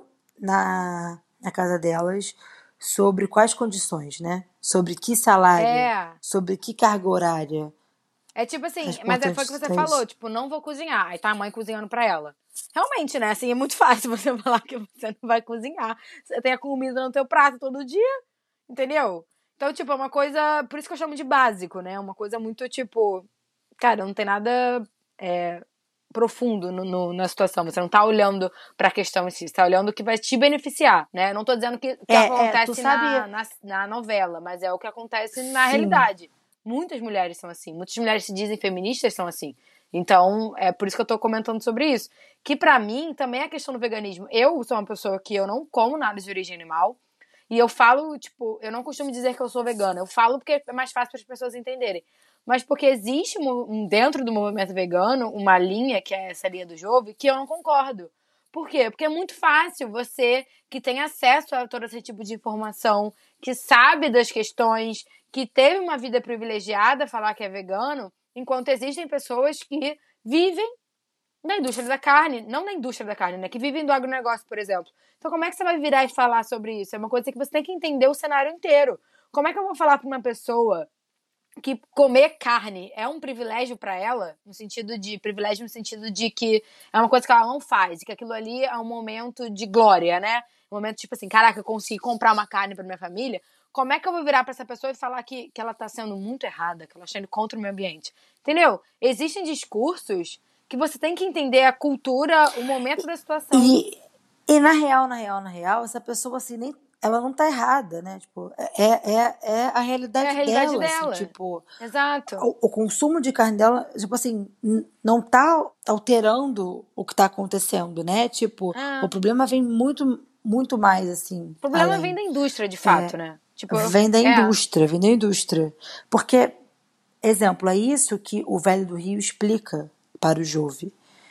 na, na casa delas sobre quais condições, né? Sobre que salário, É, sobre que carga horária. é tipo assim, É mas é, foi o importante que você ter falou, isso. tipo, não vou cozinhar. Aí tá a mãe cozinhando pra ela. Realmente, né? Assim, é muito fácil você falar que você não vai cozinhar. Você tem a comida no teu prato todo dia, entendeu? Então, tipo, é uma coisa. Por isso que eu chamo de básico, né? Uma coisa muito, tipo. Cara, não tem nada é, profundo no, no- na situação. Você não tá olhando pra questão em si, você tá olhando o que vai te beneficiar, né? Eu não tô dizendo que, que É, é, tu acontece sabe, na, na, na novela, mas é o que acontece na sim. realidade. Muitas mulheres são assim. Muitas mulheres se dizem feministas são assim. Então, é por isso que eu tô comentando sobre isso. Que pra mim, também é a questão do veganismo. Eu sou uma pessoa que eu não como nada de origem animal. E eu falo, tipo, eu não costumo dizer que eu sou vegana. Eu falo porque é mais fácil para as pessoas entenderem. Mas porque existe um, dentro do movimento vegano uma linha, que é essa linha do Jove, que eu não concordo. Por quê? Porque é muito fácil você que tem acesso a todo esse tipo de informação, que sabe das questões, que teve uma vida privilegiada falar que é vegano, enquanto existem pessoas que vivem na indústria da carne, não na indústria da carne, né? Que vivem do agronegócio, por exemplo. Então, como é que você vai virar e falar sobre isso? É uma coisa que você tem que entender o cenário inteiro. Como é que eu vou falar para uma pessoa que comer carne é um privilégio para ela, no sentido de privilégio no sentido de que é uma coisa que ela não faz, e que aquilo ali é um momento de glória, né? Um momento tipo assim, caraca, eu consegui comprar uma carne para minha família. Como é que eu vou virar para essa pessoa e falar que, que ela tá sendo muito errada, que ela está indo contra o meio ambiente? Entendeu? Existem discursos que você tem que entender a cultura, o momento da situação. E, e na real, na real, na real, essa pessoa assim, nem, ela não tá errada, né? Tipo, é, é, é a É a realidade realidade dela, assim, dela. tipo, Exato. o, o consumo de carne dela, tipo assim, n- não tá alterando o que tá acontecendo, né? Tipo, É. o problema vem muito, muito mais, assim, O problema vem além. da indústria, de fato, né? Tipo, Vem da é. indústria, vem da indústria. Porque, exemplo, é isso que o velho do Rio explica para o Jove.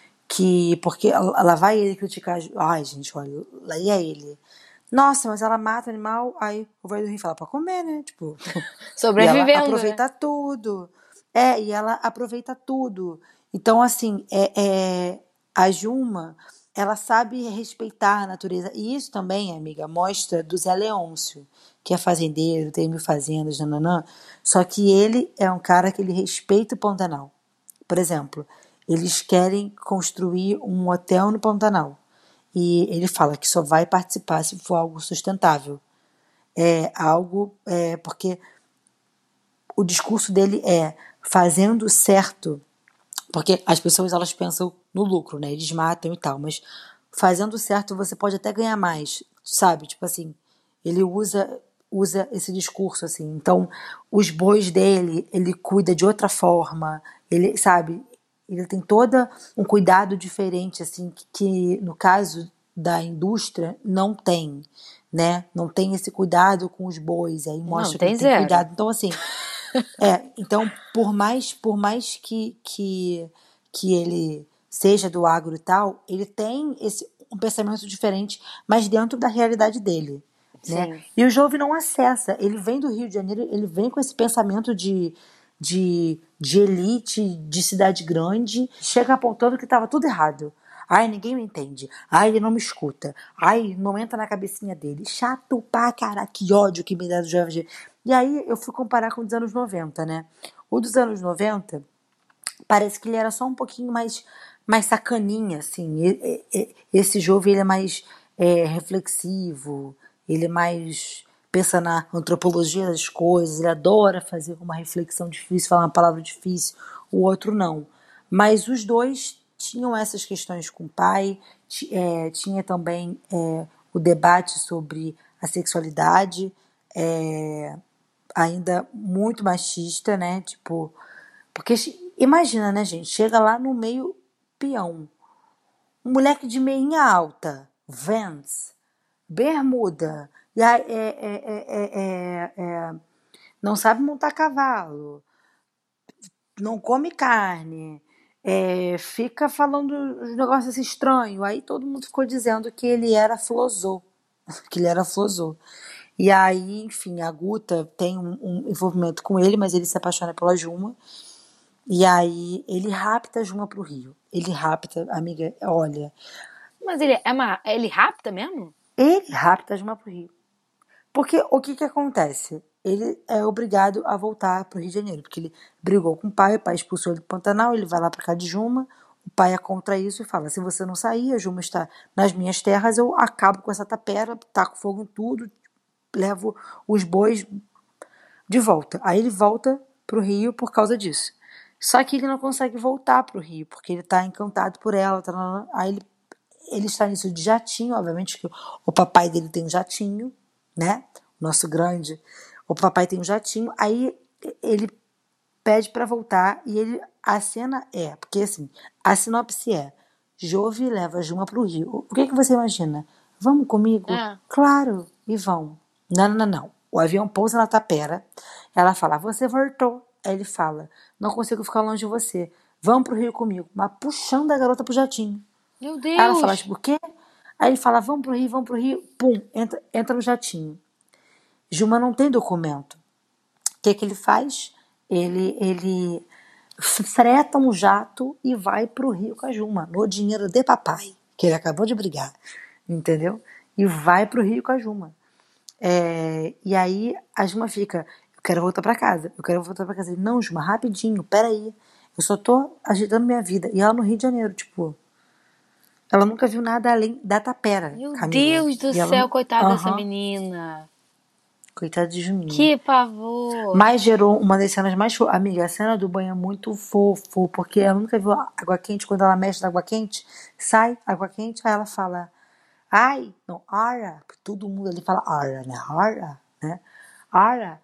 Que, porque lá vai ele criticar. Ai, gente, olha, lá ia ele. Nossa, mas ela mata animal. Aí o velho do Rio fala pra comer, né? Tipo, e ela Sobrevivendo, né? aproveita tudo. É, e ela aproveita tudo. Então, assim, é, é, a Juma, ela sabe respeitar a natureza. E isso também, amiga, mostra do Zé Leôncio, que é fazendeiro, tem mil fazendas, nananã. Só que ele é um cara que ele respeita o Pantanal. Por exemplo, eles querem construir um hotel no Pantanal. E ele fala que só vai participar se for algo sustentável. É algo. É, porque o discurso dele é fazendo certo. Porque as pessoas elas pensam no lucro, né? Eles matam e tal. Mas fazendo certo você pode até ganhar mais, sabe? Tipo assim, ele usa usa esse discurso assim. Então, os bois dele, ele cuida de outra forma. Ele, sabe? Ele tem todo um cuidado diferente assim que, que no caso da indústria não tem, né? Não tem esse cuidado com os bois. Aí Não, mostra que ele tem tem zero. cuidado. Então, assim, é, então, por mais, por mais que, que, que ele seja do agro e tal, ele tem esse, um pensamento diferente, mas dentro da realidade dele, né? Sim. E o Jove não acessa, ele vem do Rio de Janeiro, ele vem com esse pensamento de, de, de elite, de cidade grande, chega apontando que estava tudo errado. Ai, ninguém me entende. Ai, ele não me escuta. Ai, não entra na cabecinha dele. Chato pra caralho, que ódio que me dá do Jovem. E aí eu fui comparar com os anos noventa, né? O dos anos noventa, parece que ele era só um pouquinho mais, mais sacaninha, assim. E- e- e- Esse Jovem, ele é mais é, reflexivo, ele é mais pensa na antropologia das coisas, ele adora fazer uma reflexão difícil, falar uma palavra difícil, o outro não. Mas os dois tinham essas questões com o pai, é, tinha também é, o debate sobre a sexualidade, é, ainda muito machista, né? Tipo, porque imagina, né, gente? Chega lá no meio peão, um moleque de meinha alta, Vans, bermuda, e aí, é, é, é, é, é, não sabe montar cavalo, não come carne, é, fica falando uns negócios assim estranhos. Aí todo mundo ficou dizendo que ele era flosô, que ele era flosô. E aí, enfim, a Guta tem um, um envolvimento com ele, mas ele se apaixona pela Juma. E aí ele rapta a Juma pro Rio. Ele rapta, amiga, olha. Mas ele é uma, ele rapta mesmo? Ele rapta a Juma pro Rio. Porque o que que acontece? Ele é obrigado a voltar pro Rio de Janeiro, porque ele brigou com o pai, o pai expulsou ele do Pantanal, ele vai lá pra cá de Juma, o pai é contra isso e fala, se você não sair, a Juma está nas minhas terras, eu acabo com essa tapera, taco fogo em tudo, levo os bois de volta. Aí ele volta pro Rio por causa disso. Só que ele não consegue voltar pro Rio, porque ele tá encantado por ela, tá, aí ele, ele está nisso de jatinho, obviamente que o papai dele tem um jatinho, né? O nosso grande, o papai tem um jatinho, aí ele pede pra voltar e ele, a cena é, porque assim, a sinopse é, Jove leva a Juma pro Rio. O que que você imagina? Vamos comigo? É. Claro, e vão. Não, não, não, não. O avião pousa na tapera, ela fala, você voltou. Aí ele fala, não consigo ficar longe de você. Vamos pro Rio comigo. Mas puxando a garota pro jatinho. Meu Aí Deus! ela fala, tipo, o quê? Aí ele fala, vamos pro Rio, vamos pro Rio. Pum, entra, entra no jatinho. Juma não tem documento. O que que ele faz? Ele, ele freta um jato e vai pro Rio com a Juma, no dinheiro de papai, que ele acabou de brigar, entendeu? E vai pro Rio com a Juma. É, e aí a Juma fica, eu quero voltar pra casa, eu quero voltar pra casa. Ele, não, Juma, rapidinho, peraí, eu só tô ajeitando minha vida. E ela no Rio de Janeiro, tipo, ela nunca viu nada além da tapera. Meu Camila. Deus do E ela céu, não- coitada dessa Aham. menina. Coitada de Juninho. Que pavor. Mas gerou uma das cenas mais fofas. Amiga, a cena do banho é muito fofo, porque ela nunca viu água quente. Quando ela mexe na água quente, sai água quente, aí ela fala, ai, não, Ara, todo mundo ali fala Ara, né? Ara, né? Ara,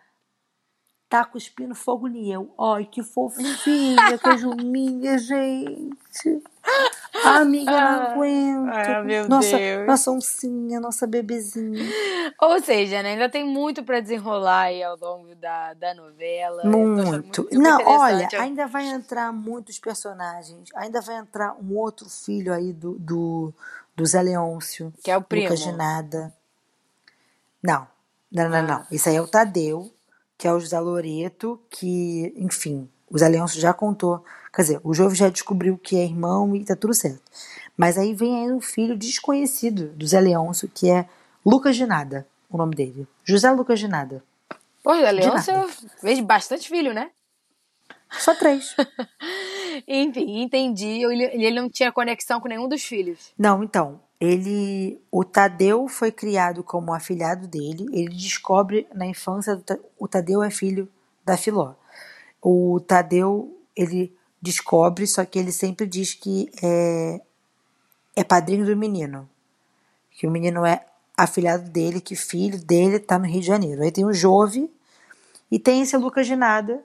tá cuspindo fogo em eu. Ai, que fofinha, que Juminha, gente. A amiga, eu não aguento. Ah, meu nossa, Deus. nossa oncinha, nossa bebezinha. Ou seja, né, ainda tem muito pra desenrolar aí ao longo da, da novela. Eu tô achando Muito. muito Não, olha, interessante. Eu- ainda vai entrar muitos personagens. Ainda vai entrar um outro filho aí do, do, do Zé Leôncio. Que é o primo. Lucas Ginada. Não, não, não, Ah. não. Isso aí é o Tadeu, que é o José Loreto, que, enfim, o Zé Leôncio já contou. Quer dizer, o Jovem já descobriu que é irmão e tá tudo certo. Mas aí vem aí um filho desconhecido do Zé Leôncio, que é Lucas Ginada, o nome dele. José Lucas Ginada. Pô, o De Leôncio nada. fez bastante filho, né? Só três. Enfim, entendi. Ele, ele não tinha conexão com nenhum dos filhos. Não, então, ele, o Tadeu foi criado como afilhado dele, ele descobre na infância, do Ta- o Tadeu é filho da Filó. O Tadeu, ele descobre, só que ele sempre diz que é, é padrinho do menino, que o menino é afilhado dele, que filho dele tá no Rio de Janeiro. Aí tem o Jove e tem esse Lucas Ginada,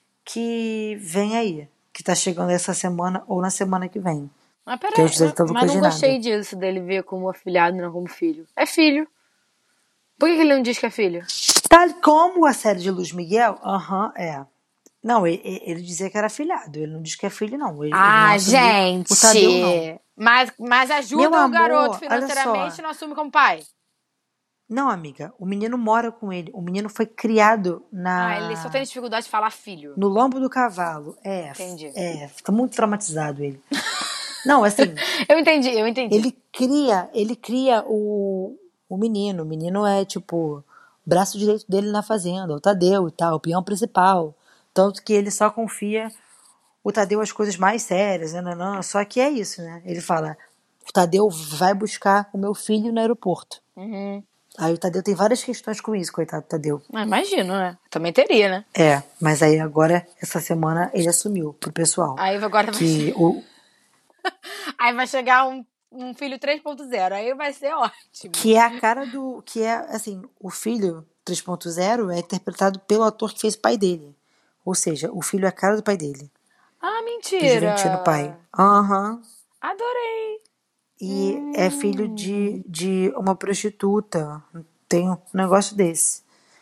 que vem aí, que tá chegando essa semana ou na semana que vem. Mas Que é o peraí, José mas, Lucas mas não Ginada. gostei disso, dele ver como afilhado e não como filho. É filho. Por que que ele não diz que é filho? Tal como a série de Luiz Miguel, aham, é. Não, ele, ele dizia que era filhado, ele não diz que é filho, não. Ele, ele não Ah, assumiu gente! o Tadeu, não. Mas, mas ajuda Meu o amor, garoto olha financeiramente só. e não assume como pai. Não, amiga, o menino mora com ele. O menino foi criado na, Ah, ele só tem dificuldade de falar filho. no lombo do cavalo. É, Entendi. é, fica muito traumatizado ele. Não, assim, Eu entendi, eu entendi. ele cria, ele cria o, o menino. O menino é, tipo, o braço direito dele na fazenda, o Tadeu e tal, o peão principal. Tanto que ele só confia o Tadeu as coisas mais sérias, né, não, não, só que é isso, né? Ele fala, o Tadeu vai buscar o meu filho no aeroporto. Uhum. Aí o Tadeu tem várias questões com isso, coitado do Tadeu. Ah, imagino, né? Também teria, né? É, mas aí agora, essa semana, ele assumiu pro pessoal. Aí agora vai, Que o, aí vai chegar um, um filho três ponto zero. Aí vai ser ótimo. que é a cara do... Que é, assim, o filho três ponto zero é interpretado pelo ator que fez o pai dele. Ou seja, o filho é a cara do pai dele. Ah, Do mentira. Juventino pai. Aham. Adorei. E Hum. é filho de, de uma prostituta. Tem um negócio desse.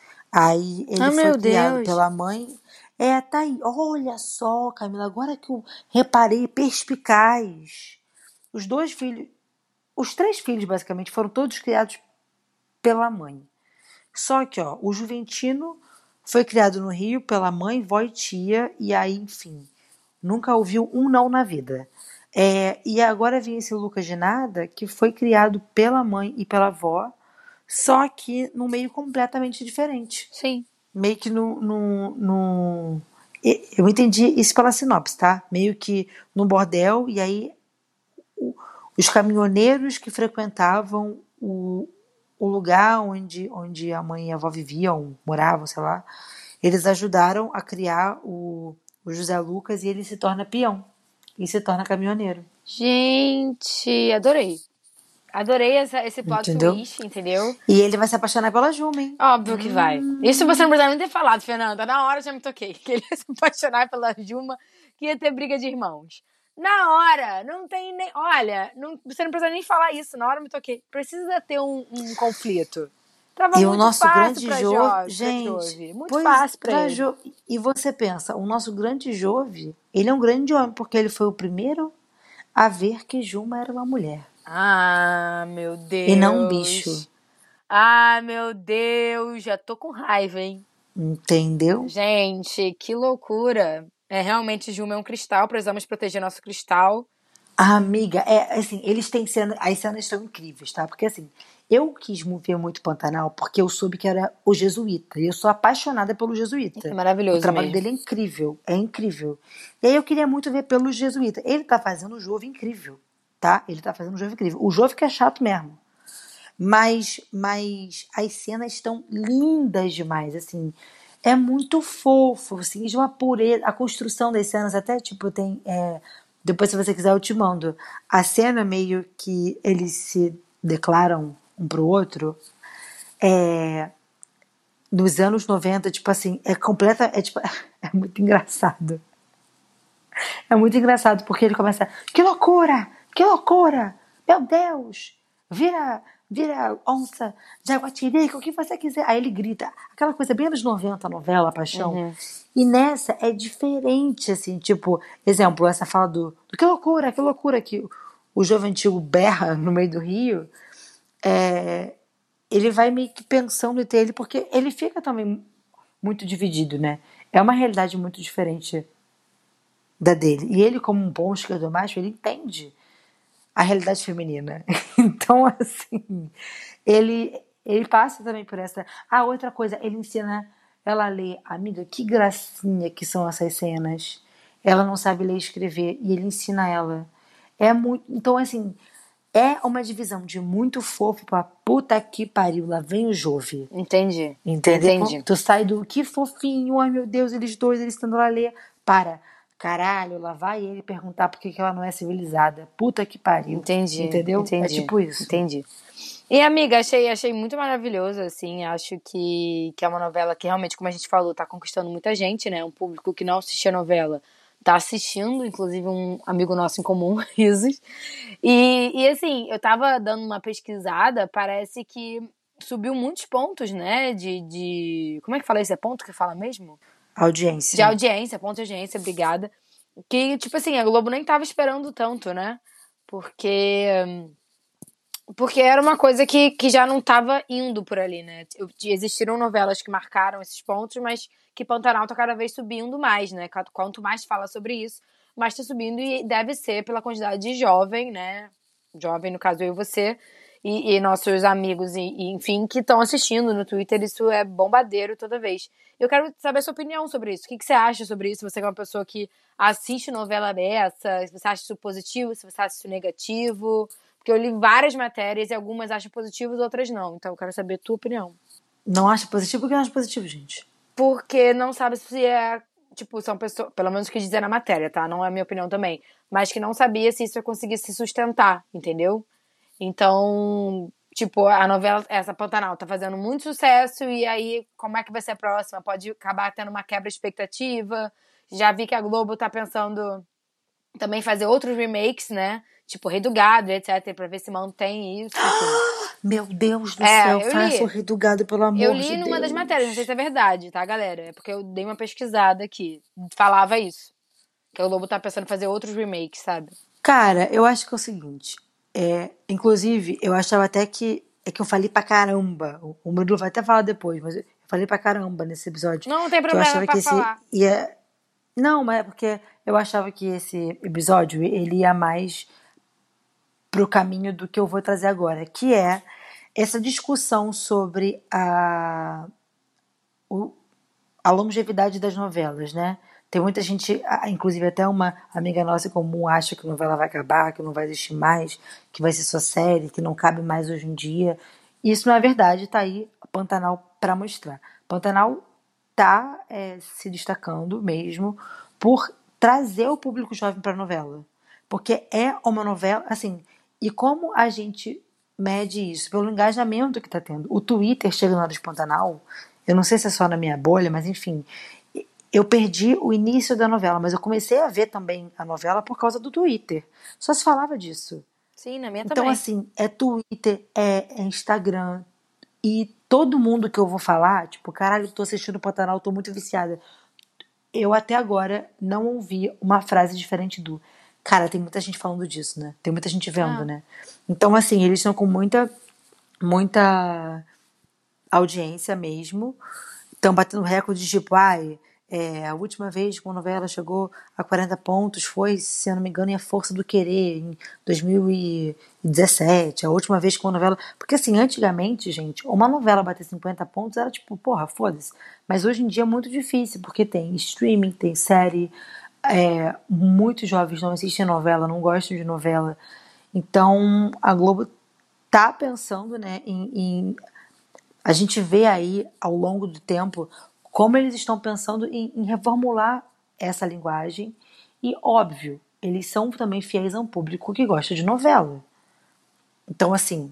Aí ele Ah, foi meu criado Deus. pela mãe. É, tá aí. Olha só, Camila, agora que eu reparei, perspicaz. Os dois filhos, os três filhos, basicamente, foram todos criados pela mãe. Só que, ó, o Juventino foi criado no Rio pela mãe, vó e tia, e aí, enfim, nunca ouviu um não na vida. É, e agora vem esse Lucas de Nada, que foi criado pela mãe e pela avó, só que num meio completamente diferente. Sim. Meio que no, no, no... Eu entendi isso pela sinopse, tá? Meio que no bordel, e aí o, os caminhoneiros que frequentavam o, o lugar onde, onde a mãe e a avó viviam, moravam, sei lá, eles ajudaram a criar o, o José Lucas e ele se torna peão. E se torna caminhoneiro. Gente, adorei. Adorei essa, esse plot Entendeu? twist, entendeu? E ele vai se apaixonar pela Juma, hein? Óbvio que vai. Isso você não precisava nem ter falado, Fernanda. Na hora eu já me toquei. Que ele ia se apaixonar pela Juma, que ia ter briga de irmãos. Na hora, não tem nem... Olha, não, você não precisa nem falar isso. Na hora eu me toquei. Precisa ter um, um conflito. Tava E muito o nosso fácil grande pra Jove, Jove. gente, pra Jove. Muito pois, fácil pra, pra ele. Jo- e você pensa, o nosso grande Jove, ele é um grande homem, porque ele foi o primeiro a ver que Juma era uma mulher. Ah, meu Deus. E não um bicho. Ah, meu Deus. Já tô com raiva, hein? Entendeu? Gente, que loucura. É, realmente, Juma é um cristal. Precisamos proteger nosso cristal. Ah, amiga, é assim, eles têm cenas, as cenas são incríveis, tá? Porque assim, eu quis mu- ver muito Pantanal porque eu soube que era o Jesuíta. E eu sou apaixonada pelo Jesuíta. É maravilhoso O trabalho mesmo. dele é incrível, é incrível. E aí eu queria muito ver pelo Jesuíta. Ele tá fazendo um Jove incrível, tá? Ele tá fazendo um Jove incrível. O Jove que é chato mesmo. Mas, mas as cenas estão lindas demais, assim. É muito fofo, assim, de uma pureza. A construção das cenas até, tipo, tem... é, depois, se você quiser, eu te mando. A cena meio que eles se declaram um pro outro, é, nos anos noventa, tipo assim, é completa... É, tipo, é muito engraçado. É muito engraçado, porque ele começa... Que loucura! Que loucura! Meu Deus! Vira... Vira onça, jaguatirica, o que você quiser. Aí ele grita, aquela coisa bem anos noventa, novela, paixão. Uhum. E nessa é diferente, assim, tipo, exemplo, essa fala do, do que loucura, que loucura, que o jovem antigo berra no meio do rio, é, ele vai meio que pensando em ter ele, porque ele fica também muito dividido, né? É uma realidade muito diferente da dele. E ele, como um bom esquerdo macho, ele entende a realidade feminina. Então, assim, ele, ele passa também por essa... Ah, outra coisa, ele ensina ela a ler. Amiga, que gracinha que são essas cenas. Ela não sabe ler e escrever, e ele ensina ela. É muito... Então, assim, é uma divisão de muito fofo pra puta que pariu, lá vem o Jove. Entendi. Entendeu? Entendi. Tu sai do que fofinho, ai meu Deus, eles dois, eles estão lá a ler. Para... Caralho, lá vai ele perguntar por que, que ela não é civilizada. Puta que pariu. Entendi. Entendeu? Entendi. É tipo isso. Entendi. E, amiga, achei, achei muito maravilhoso, assim. Acho que, que é uma novela que realmente, como a gente falou, tá conquistando muita gente, né? Um público que não assistia novela tá assistindo, inclusive um amigo nosso em comum, Risos. E, e, assim, eu tava dando uma pesquisada, parece que subiu muitos pontos, né? De. de... Como é que fala isso? É ponto que fala mesmo? Audiência. De audiência, ponto de audiência, obrigada. Que, tipo assim, a Globo nem tava esperando tanto, né? Porque... Porque era uma coisa que, que já não tava indo por ali, né? Eu, existiram novelas que marcaram esses pontos, mas que Pantanal tá cada vez subindo mais, né? Quanto mais fala sobre isso, mais tá subindo e deve ser pela quantidade de jovem, né? Jovem, no caso, eu e você, e, e nossos amigos, e, e enfim, que estão assistindo no Twitter. Isso é bombadeiro toda vez. Eu quero saber a sua opinião sobre isso. O que, que você acha sobre isso? Você que é uma pessoa que assiste novela dessa, se você acha isso positivo, se você acha isso negativo... Porque eu li várias matérias e algumas acham positivas, outras não. Então eu quero saber a tua opinião. Não acha positivo? Por que não acha positivo, gente? Porque não sabe se é... Tipo, são pessoas... Pelo menos o que dizem na matéria, tá? Não é a minha opinião também. Mas que não sabia se isso ia conseguir se sustentar, entendeu? Então, tipo, a novela, essa Pantanal, tá fazendo muito sucesso. E aí, como é que vai ser a próxima? Pode acabar tendo uma quebra de expectativa. Já vi que a Globo tá pensando também fazer outros remakes, né? Tipo, Rei do Gado, etcétera. Pra ver se mantém isso. Enfim. Meu Deus do É, céu, eu faça o li. Rei do Gado, pelo amor Eu de li Deus. numa das matérias, não sei se é verdade, tá, galera? É porque eu dei uma pesquisada aqui. Falava isso. Que o Globo tá pensando em fazer outros remakes, sabe? Cara, eu acho que é o seguinte. É, inclusive, eu achava até que. É que eu falei pra caramba. O, o Murilo vai até falar depois, mas eu falei pra caramba nesse episódio. Não, não tem Que eu problema achava pra que esse falar. ia. Não, mas é porque eu achava que esse episódio ele ia mais pro caminho do que eu vou trazer agora, que é essa discussão sobre a, o, a longevidade das novelas, né? Tem muita gente, ah, inclusive até uma amiga nossa em comum acha que a novela vai acabar, que não vai existir mais, que vai ser só série, que não cabe mais hoje em dia. Isso não é verdade, tá aí Pantanal para mostrar. Pantanal tá é, se destacando mesmo por trazer o público jovem para a novela. Porque é uma novela, assim, e como a gente mede isso? Pelo engajamento que tá tendo. O Twitter chega na hora de Pantanal, eu não sei se é só na minha bolha, mas enfim, eu perdi o início da novela, mas eu comecei a ver também a novela por causa do Twitter. Só se falava disso. Sim, na minha Então, também. assim, é Twitter, é, é Instagram. E todo mundo que eu vou falar, tipo, caralho, eu tô assistindo o Pantanal, tô muito viciada. Eu até agora não ouvi uma frase diferente do. Cara, tem muita gente falando disso, né? Tem muita gente vendo, Ah. né? Então, assim, eles estão com muita, muita audiência mesmo. Estão batendo recorde, tipo, ai, é, a última vez que uma novela chegou a quarenta pontos foi, se eu não me engano, em A Força do Querer, em dois mil e dezessete. A última vez que uma novela. Porque, assim, antigamente, gente, uma novela bater cinquenta pontos era tipo, porra, foda-se. Mas hoje em dia é muito difícil, porque tem streaming, tem série. É, muitos jovens não assistem novela, não gostam de novela. Então, a Globo tá pensando, né, em, em a gente vê aí, ao longo do tempo, como eles estão pensando em, em reformular essa linguagem. E, óbvio, eles são também fiéis a um público que gosta de novela. Então, assim,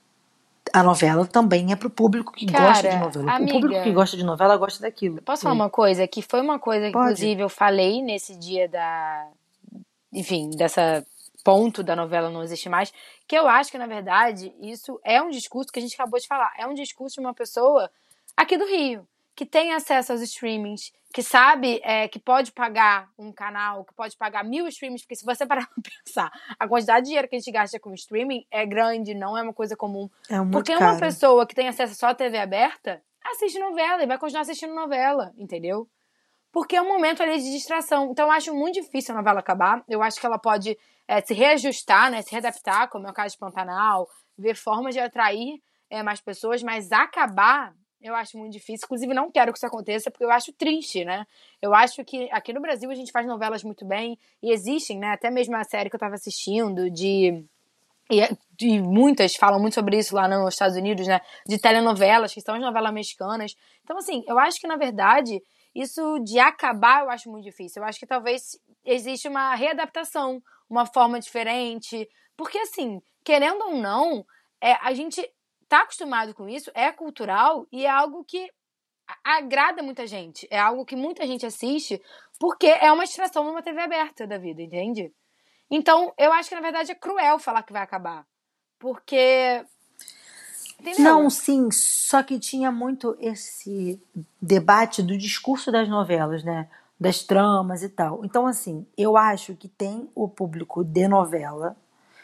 a novela também é pro público que Cara, gosta de novela. O público que amiga, gosta de novela gosta daquilo. posso falar Oi. uma coisa? Que foi uma coisa que, Pode? inclusive, eu falei nesse dia da... Enfim, dessa ponto da novela não existe mais. Que eu acho que, na verdade, isso é um discurso que a gente acabou de falar. É um discurso de uma pessoa aqui do Rio, que tem acesso aos streamings, que sabe é, que pode pagar um canal, que pode pagar mil streamings, porque se você parar pra pensar, a quantidade de dinheiro que a gente gasta com streaming é grande, não é uma coisa comum. É muito Porque caro. uma pessoa que tem acesso só à T V aberta, assiste novela e vai continuar assistindo novela, entendeu? Porque é um momento ali de distração. Então eu acho muito difícil a novela acabar. Eu acho que ela pode é, se reajustar, né, se readaptar, como é o caso de Pantanal, ver formas de atrair é, mais pessoas, mas acabar eu acho muito difícil. Inclusive, não quero que isso aconteça, porque eu acho triste, né? Eu acho que aqui no Brasil a gente faz novelas muito bem, e existem, né? Até mesmo a série que eu tava assistindo de... E, e muitas falam muito sobre isso lá nos Estados Unidos, né? De telenovelas, que são as novelas mexicanas. Então, assim, eu acho que, na verdade, isso de acabar eu acho muito difícil. Eu acho que talvez existe uma readaptação, uma forma diferente. Porque, assim, querendo ou não, é, a gente tá acostumado com isso, é cultural e é algo que agrada muita gente. É algo que muita gente assiste porque é uma distração numa T V aberta da vida, entende? Então, eu acho que, na verdade, é cruel falar que vai acabar. Porque... Entendeu? Não, sim, só que tinha muito esse debate do discurso das novelas, né? Das tramas e tal. Então, assim, eu acho que tem o público de novela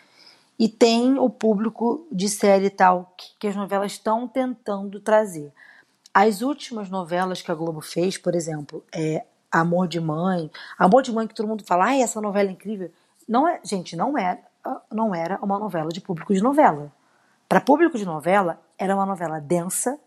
e tem o público de série e tal, que, que as novelas estão tentando trazer. As últimas novelas que a Globo fez, por exemplo, é Amor de Mãe. Amor de Mãe que todo mundo fala, ai, essa novela é incrível. Não é, gente, não era, não era uma novela de público de novela. Para público de novela, era uma novela densa,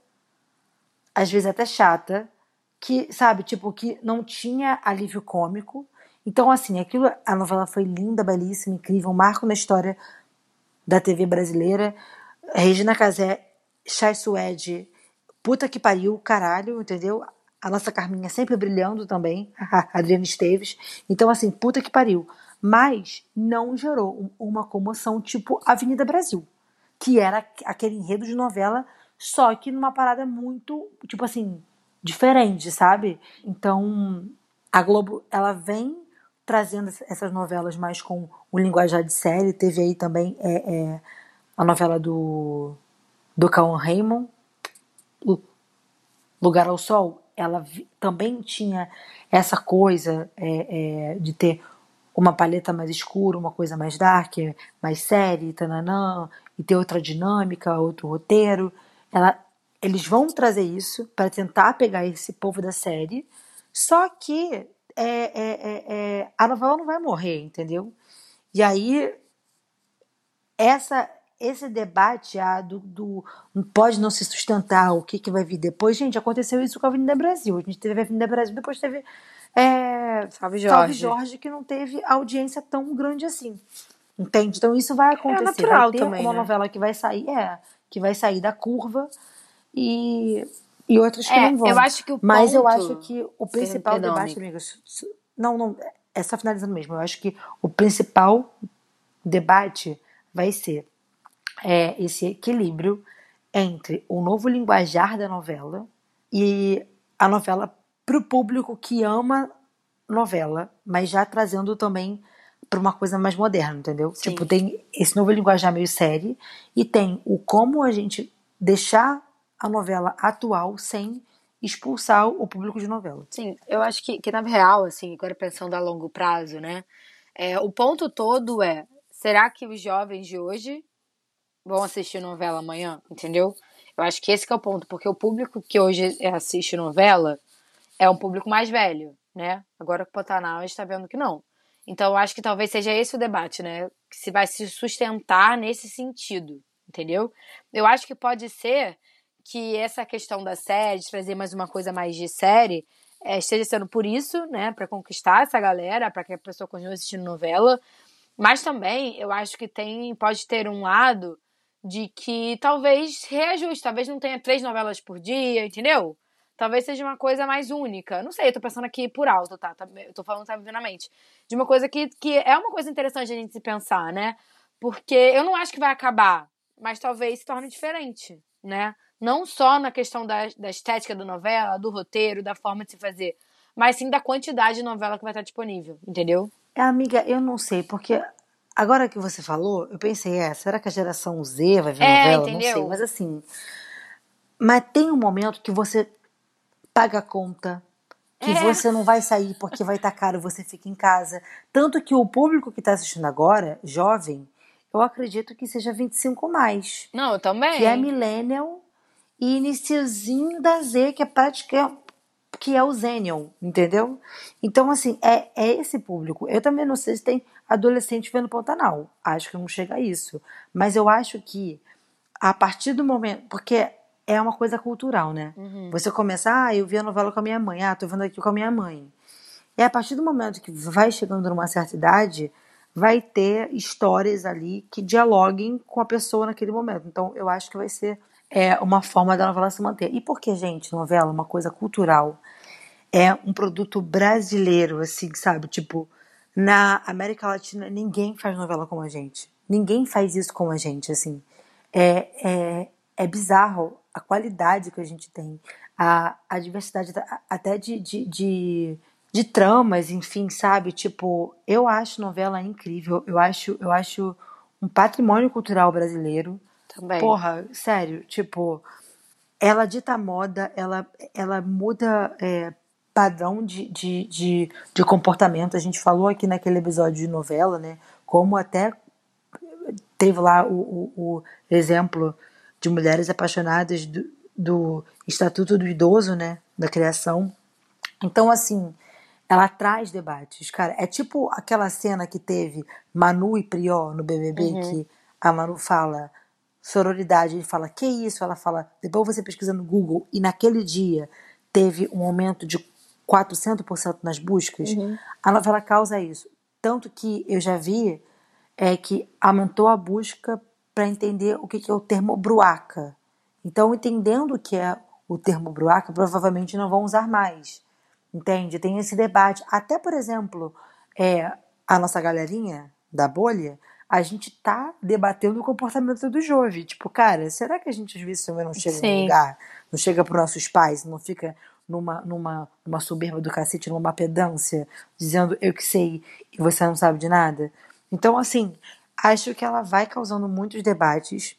às vezes até chata, que, sabe, tipo, que não tinha alívio cômico. Então, assim, aquilo, a novela foi linda, belíssima, incrível, um marco na história da T V brasileira. Regina Casé, Chay Suede, puta que pariu, caralho, entendeu? A nossa Carminha sempre brilhando também, a Adriana Esteves. Então, assim, puta que pariu. Mas não gerou uma comoção tipo Avenida Brasil, que era aquele enredo de novela, só que numa parada muito, tipo assim, diferente, sabe? Então, a Globo, ela vem trazendo essas novelas mais com o linguajar de série. Teve aí também é, é, a novela do, do Cauã Raymond, Lugar ao Sol. Ela vi, também tinha essa coisa é, é, de ter uma paleta mais escura, uma coisa mais dark, mais série, tananã, e ter outra dinâmica, outro roteiro. Ela, eles vão trazer isso para tentar pegar esse povo da série, só que é, é, é, é, a novela não vai morrer, entendeu? E aí, essa, esse debate ah, do, do pode não se sustentar, o que, que vai vir depois. Gente, aconteceu isso com a Avenida Brasil. A gente teve a Avenida Brasil, depois teve é, Salve Jorge. Salve Jorge, que não teve audiência tão grande assim. Entende? Então isso vai acontecer. É natural vai ter também, uma né? novela que vai sair, é, que vai sair da curva e, e outras que É, não vão. eu acho que o Mas eu ponto- acho que o principal Perdão, debate, amiga. amigos, não, não, é só finalizando mesmo. Eu acho que o principal debate vai ser é, esse equilíbrio entre o novo linguajar da novela e a novela para o público que ama novela, mas já trazendo também para uma coisa mais moderna, entendeu? Sim. Tipo, tem esse novo linguajar meio série e tem o como a gente deixar a novela atual sem expulsar o público de novela. Sim, eu acho que, que na real, assim, agora pensando a longo prazo, né? É, o ponto todo é, será que os jovens de hoje vão assistir novela amanhã, entendeu? Eu acho que esse que é o ponto, porque o público que hoje assiste novela é um público mais velho, né? Agora com o Pantanal a gente tá vendo que não. Então eu acho que talvez seja esse o debate, né? Que se vai se sustentar nesse sentido, entendeu? Eu acho que pode ser que essa questão da série, de trazer mais uma coisa mais de série, é, esteja sendo por isso, né? Pra conquistar essa galera, pra que a pessoa continue assistindo novela. Mas também eu acho que tem, pode ter um lado de que talvez reajuste, talvez não tenha três novelas por dia, entendeu? Talvez seja uma coisa mais única. Não sei, eu tô pensando aqui por alto, tá? Eu tô falando, tá me vindo na mente. De uma coisa que, que é uma coisa interessante a gente se pensar, né? Porque eu não acho que vai acabar, mas talvez se torne diferente, né? Não só na questão da, da estética da novela, do roteiro, da forma de se fazer, mas sim da quantidade de novela que vai estar disponível, entendeu? É, amiga, eu não sei, porque agora que você falou, eu pensei, é, será que a geração Z vai ver É, novela? entendeu? Não sei, mas assim, mas tem um momento que você paga a conta, que É. você não vai sair porque vai estar caro, você fica em casa. Tanto que o público que está assistindo agora, jovem, eu acredito que seja vinte e cinco mais. Não, eu também. Que é millennial e iniciozinho da Z, que é praticamente que é o Zenion, entendeu? Então, assim, é, é esse público. Eu também não sei se tem adolescente vendo Pantanal. Acho que não chega a isso. Mas eu acho que a partir do momento... Porque é uma coisa cultural, né? Uhum. Você começa, ah, eu vi a novela com a minha mãe. Ah, tô vendo aqui com a minha mãe. E a partir do momento que vai chegando numa certa idade, vai ter histórias ali que dialoguem com a pessoa naquele momento. Então, eu acho que vai ser é, uma forma da novela se manter. E porque, gente, novela é uma coisa cultural. É um produto brasileiro, assim, sabe? Tipo, na América Latina, ninguém faz novela como a gente. Ninguém faz isso como a gente, assim. É, é, é bizarro a qualidade que a gente tem, a, a diversidade até de, de, de, de tramas, enfim, sabe? Tipo, eu acho novela incrível, eu acho, eu acho um patrimônio cultural brasileiro. Também. Porra, sério, tipo, ela dita moda, ela, ela muda é, padrão de, de, de, de comportamento. A gente falou aqui naquele episódio de novela, né? Como até teve lá o, o, o exemplo de mulheres apaixonadas do, do Estatuto do Idoso, né? Da criação. Então, assim, ela traz debates, cara. É tipo aquela cena que teve Manu e Prió no B B B, Uhum. que a Manu fala sororidade, ele fala, que isso? Ela fala, depois você pesquisa no Google, e naquele dia teve um aumento de quatrocentos por cento nas buscas. Uhum. A novela causa isso. Tanto que eu já vi é, que aumentou a busca para entender o que, que é o termo bruaca. Então, entendendo o que é o termo bruaca, provavelmente não vão usar mais. Entende? Tem esse debate. Até, por exemplo, é, a nossa galerinha da bolha, a gente tá debatendo o comportamento do jovem. Tipo, cara, será que a gente às vezes também não chega num Sim. lugar, não chega pros nossos pais, não fica numa, numa, numa soberba do cacete, numa pedância, dizendo eu que sei e você não sabe de nada? Então, assim, acho que ela vai causando muitos debates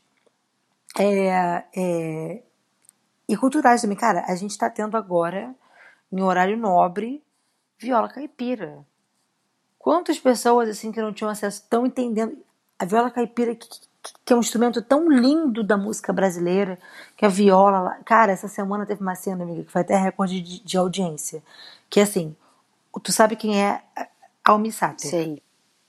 é, é, e culturais também. Cara, a gente tá tendo agora, em horário nobre, viola caipira. Quantas pessoas assim que não tinham acesso estão entendendo a viola caipira, que, que, que é um instrumento tão lindo da música brasileira, que a viola lá. Cara, essa semana teve uma cena, amiga, que foi até recorde de, de audiência. Que assim, tu sabe quem é Almi Sater? Sei.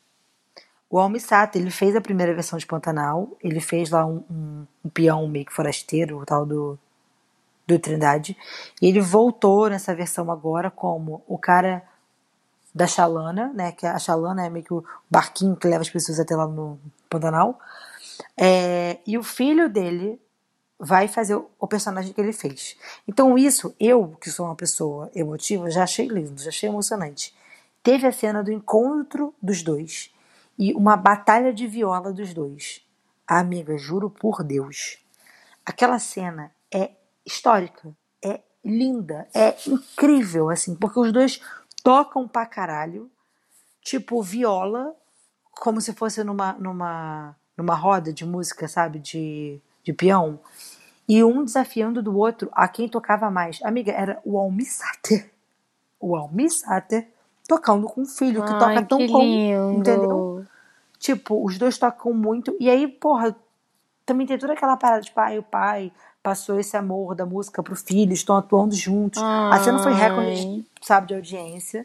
O Almi Sater, ele fez a primeira versão de Pantanal, ele fez lá um, um, um peão meio que forasteiro, o tal do, do Trindade, e ele voltou nessa versão agora como o cara da Xalana, né, que a Xalana é meio que o barquinho que leva as pessoas até lá no Pantanal, é, e o filho dele vai fazer o, o personagem que ele fez. Então isso, eu, que sou uma pessoa emotiva, já achei lindo, já achei emocionante. Teve a cena do encontro dos dois e uma batalha de viola dos dois. Amiga, juro por Deus, aquela cena é histórica, é linda, é incrível, assim, porque os dois tocam pra caralho, tipo viola, como se fosse numa, numa, numa roda de música, sabe, de, de peão, e um desafiando do outro a quem tocava mais. Amiga, era o Almi Sater, o Almi Sater tocando com um filho que toca Ai, tão que bom, entendeu? lindo. Tipo, os dois tocam muito, e aí, porra, também tem toda aquela parada de pai, o pai passou esse amor da música pro filho, estão atuando juntos. A cena foi recorde, Ai. sabe, de audiência.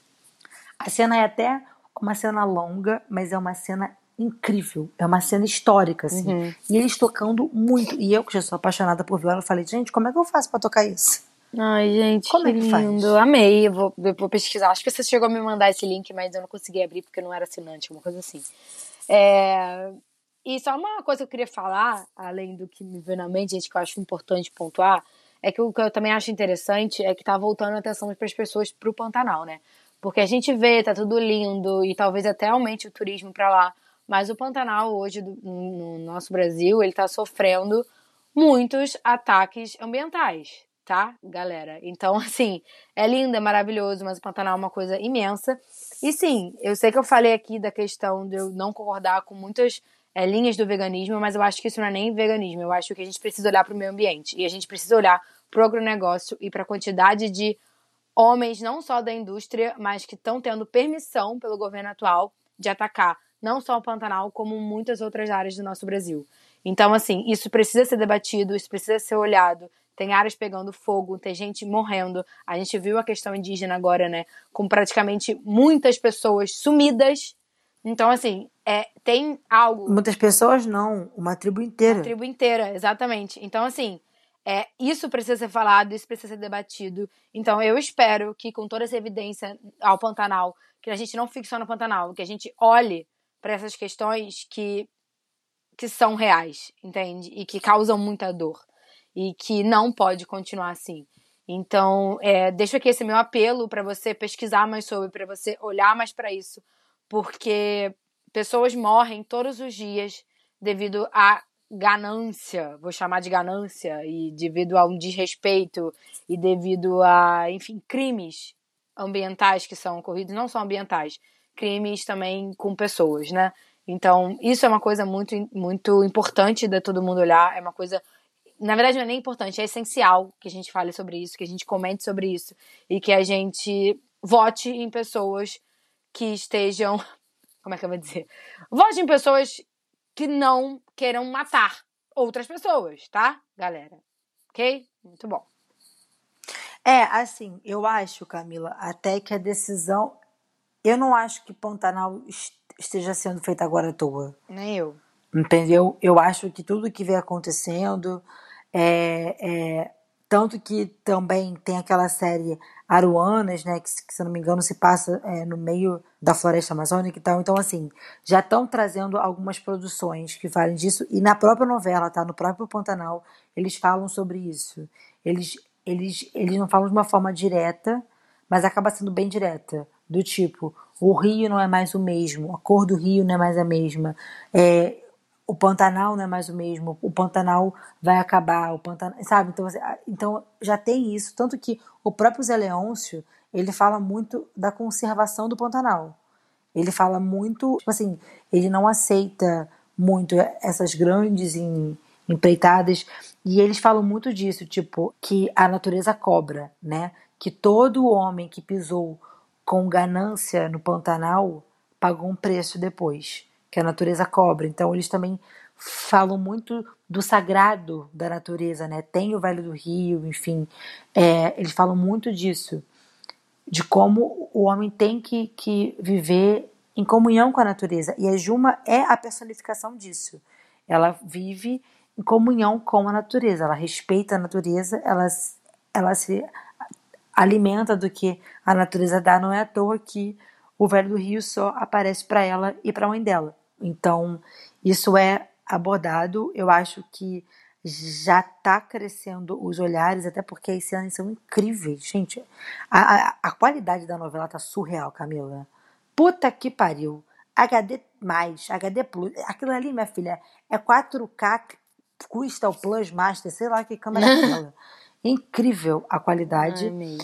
A cena é até uma cena longa, mas é uma cena incrível. É uma cena histórica, assim. Uhum. E eles tocando muito. E eu, que já sou apaixonada por viola, eu falei, gente, como é que eu faço pra tocar isso? Ai, gente, Como que é que lindo. faz? Amei. Eu vou, eu vou pesquisar. Acho que você chegou a me mandar esse link, mas eu não consegui abrir porque eu não era assinante, uma coisa assim. É... E só uma coisa que eu queria falar, além do que me veio na mente, gente, que eu acho importante pontuar, é que o que eu também acho interessante é que tá voltando a atenção para as pessoas pro Pantanal, né? Porque a gente vê, tá tudo lindo e talvez até aumente o turismo para lá, mas o Pantanal hoje do, no nosso Brasil, ele tá sofrendo muitos ataques ambientais, tá, galera? Então, assim, é lindo, é maravilhoso, mas o Pantanal é uma coisa imensa. E sim, eu sei que eu falei aqui da questão de eu não concordar com muitas é, linhas do veganismo, mas eu acho que isso não é nem veganismo. Eu acho que a gente precisa olhar para o meio ambiente. E a gente precisa olhar para o agronegócio e para a quantidade de homens, não só da indústria, mas que estão tendo permissão pelo governo atual de atacar não só o Pantanal, como muitas outras áreas do nosso Brasil. Então, assim, isso precisa ser debatido, isso precisa ser olhado. Tem áreas pegando fogo, tem gente morrendo. A gente viu a questão indígena agora, né? Com praticamente muitas pessoas sumidas. Então, assim, é, tem algo... Muitas pessoas não, uma tribo inteira. Uma tribo inteira, exatamente. Então, assim, é, isso precisa ser falado, isso precisa ser debatido. Então, eu espero que, com toda essa evidência ao Pantanal, que a gente não fique só no Pantanal, que a gente olhe para essas questões que, que são reais, entende? E que causam muita dor. E que não pode continuar assim. Então, é, deixo aqui esse meu apelo para você pesquisar mais sobre, para você olhar mais para isso, porque pessoas morrem todos os dias devido a ganância, vou chamar de ganância, e devido a um desrespeito e devido a, enfim, crimes ambientais que são ocorridos, não só ambientais, crimes também com pessoas, né? Então, isso é uma coisa muito, muito importante de todo mundo olhar, é uma coisa, na verdade não é nem importante, é essencial que a gente fale sobre isso, que a gente comente sobre isso e que a gente vote em pessoas que estejam, como é que eu vou dizer? Vote em pessoas que não queiram matar outras pessoas, tá, galera? Ok? Muito bom. É, assim, eu acho, Camila, até que a decisão... Eu não acho que Pantanal esteja sendo feita agora à toa. Nem eu. Entendeu? Eu acho que tudo que vem acontecendo é, é, Tanto que também tem aquela série Aruanas, né? Que, que se eu não me engano se passa é, no meio da floresta amazônica e tal. Então, assim, já estão trazendo algumas produções que falem disso. E na própria novela, tá? No próprio Pantanal, eles falam sobre isso. Eles, eles, eles não falam de uma forma direta, mas acaba sendo bem direta. Do tipo, o rio não é mais o mesmo, a cor do rio não é mais a mesma. É, o Pantanal não é mais o mesmo, o Pantanal vai acabar, o Pantanal, sabe? Então, assim, então já tem isso, tanto que o próprio Zé Leôncio, ele fala muito da conservação do Pantanal. Ele fala muito, tipo assim, ele não aceita muito essas grandes em, empreitadas, e eles falam muito disso, tipo, que a natureza cobra, né? Que todo homem que pisou com ganância no Pantanal pagou um preço depois, que a natureza cobra. Então eles também falam muito do sagrado da natureza, né? Tem o Vale do Rio, enfim, é, eles falam muito disso, de como o homem tem que, que viver em comunhão com a natureza. E a Juma é a personificação disso. Ela vive em comunhão com a natureza, ela respeita a natureza, ela, ela se alimenta do que a natureza dá. Não é à toa que o Vale do Rio só aparece para ela e para a mãe dela. Então, isso é abordado. Eu acho que já está crescendo os olhares, até porque as cenas são incríveis. Gente, a, a, a qualidade da novela tá surreal, Camila. Puta que pariu. H D mais, H D Plus. Aquilo ali, minha filha, é quatro K Crystal Plus Master, sei lá que câmera é aquela. Incrível a qualidade. Ai,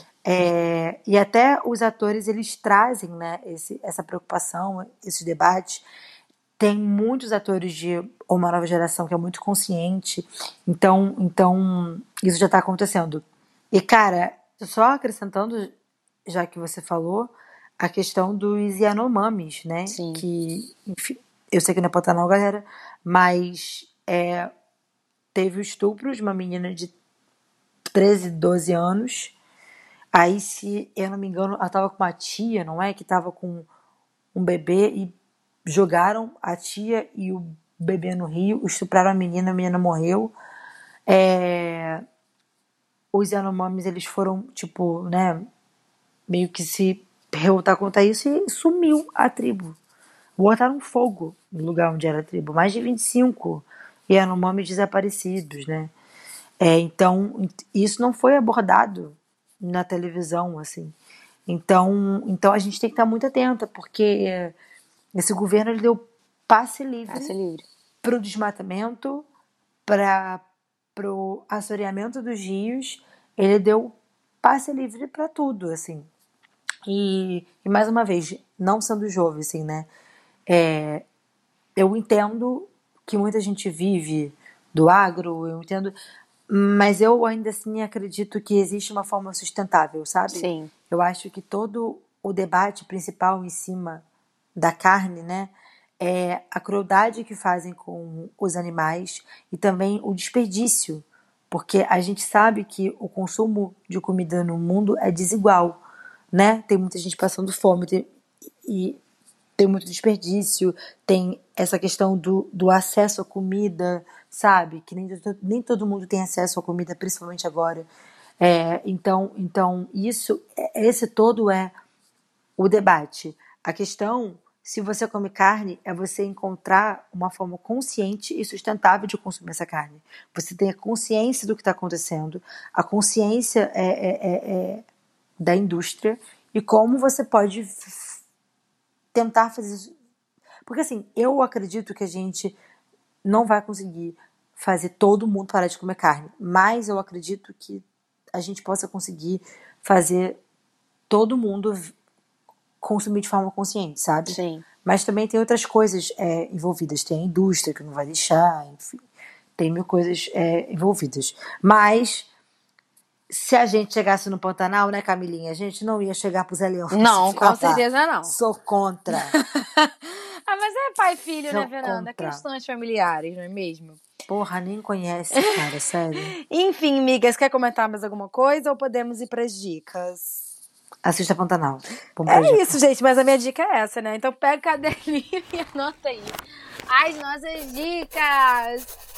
é, e até os atores, eles trazem, né, esse, essa preocupação, esses debates. Tem muitos atores de uma nova geração que é muito consciente. Então, então isso já está acontecendo. E, cara, só acrescentando, já que você falou, a questão dos Yanomamis, né? Sim. Que, enfim, eu sei que não é Pantanal, galera, mas é, teve o estupro de uma menina de treze, doze anos. Aí, se eu não me engano, ela tava com uma tia, não é? Que tava com um bebê e jogaram a tia e o bebê no rio, estupraram a menina, a menina morreu. É... Os Yanomamis, eles foram, tipo, né, meio que se revoltar contra isso e sumiu a tribo. Botaram fogo no lugar onde era a tribo. Mais de vinte e cinco Yanomamis desaparecidos, né? É, então, isso não foi abordado na televisão, assim. Então, então a gente tem que estar muito atenta, porque esse governo, ele deu passe livre, Passe livre. para o desmatamento, para o assoreamento dos rios. Ele deu passe livre para tudo, assim. E, e mais uma vez, não sendo jovem, assim, né? É, eu entendo que muita gente vive do agro, eu entendo, mas eu ainda assim acredito que existe uma forma sustentável, sabe? Sim. Eu acho que todo o debate principal em cima da carne, né, é a crueldade que fazem com os animais e também o desperdício, porque a gente sabe que o consumo de comida no mundo é desigual, né? Tem muita gente passando fome tem, e tem muito desperdício, tem essa questão do, do acesso à comida, sabe? Que nem, nem todo mundo tem acesso à comida, principalmente agora. É, então, então, isso, esse todo é o debate. A questão, se você come carne, é você encontrar uma forma consciente e sustentável de consumir essa carne. Você tem a consciência do que está acontecendo, a consciência é, é, é, é da indústria e como você pode f- tentar fazer isso. Porque assim, eu acredito que a gente não vai conseguir fazer todo mundo parar de comer carne, mas eu acredito que a gente possa conseguir fazer todo mundo consumir de forma consciente, sabe? Sim. Mas também tem outras coisas é, envolvidas. Tem a indústria que não vai deixar, enfim. Tem mil coisas é, envolvidas. Mas se a gente chegasse no Pantanal, né, Camilinha? A gente não ia chegar pro Zé Leôncio. Não, com certeza não. Sou contra. Ah, mas é pai e filho, Sou né, Fernanda? contra. Questões familiares, não é mesmo? Porra, nem conhece, cara, sério. Enfim, migas, quer comentar mais alguma coisa ou podemos ir pras dicas? Assista Pantanal. Vamos É pra dica. isso, gente, mas a minha dica é essa, né? Então pega o caderninho e anota aí as nossas dicas.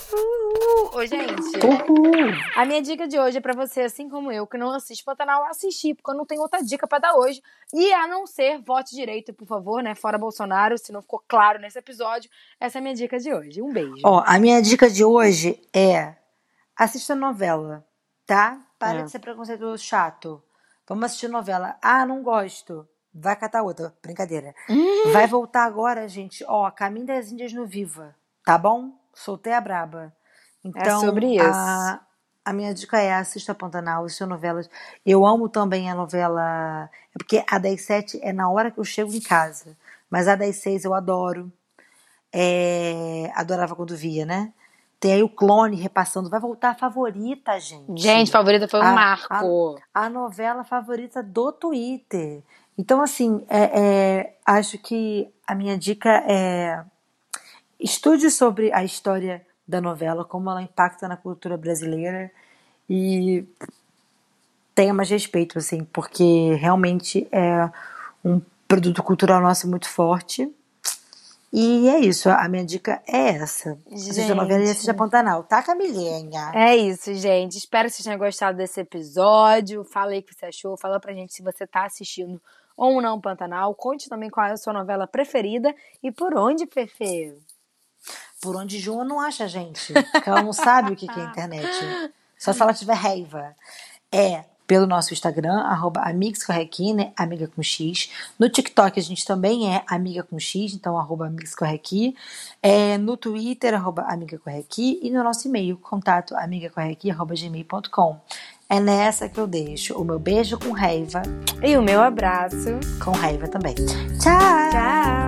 Uhul. Ô, gente, Uhul. a minha dica de hoje é pra você, assim como eu, que não assiste Pantanal, assistir, porque eu não tenho outra dica pra dar hoje. E a não ser, vote direito, por favor, né? Fora Bolsonaro, se não ficou claro nesse episódio. Essa é a minha dica de hoje. Um beijo. Ó, a minha dica de hoje é assista novela, tá? Para É. de ser preconceituoso chato. Vamos assistir novela. Ah, não gosto. Vai catar outra. Brincadeira. Hum. Vai voltar agora, gente. Ó, Caminho das Índias no Viva. Tá bom? Soltei a braba. Então, sobre isso. A, a minha dica é assista Pantanal, assista novelas. Eu amo também a novela... É porque a das sete é na hora que eu chego em casa. Mas a das seis eu adoro. É, adorava quando via, né? Tem aí o Clone repassando. Vai voltar a favorita, gente. Gente, favorita foi um A- marco. A novela favorita do Twitter. Então, assim, é, é, acho que a minha dica é estude sobre a história da novela, como ela impacta na cultura brasileira e tenha mais respeito, assim, porque realmente é um produto cultural nosso muito forte. E é isso, a minha dica é essa. Assista a novela e assista Pantanal, tá, Camilinha? É isso, gente. Espero que vocês tenham gostado desse episódio. Fala aí o que você achou. Fala pra gente se você tá assistindo ou não Pantanal. Conte também qual é a sua novela preferida e por onde, Fefe. Por onde João não acha a gente, porque ela não sabe o que que é internet. Só se ela tiver raiva. É pelo nosso Instagram, arroba amigoscorrequi, né? Amiga com X. No TikTok a gente também é amiga com X, então arroba amigoscorrequi. É, no Twitter, arroba amigacorrequi. E no nosso e-mail, contato amigacorrequi, arroba gmail ponto com. É nessa que eu deixo o meu beijo com raiva. E o meu abraço. Com raiva também. Tchau! Tchau!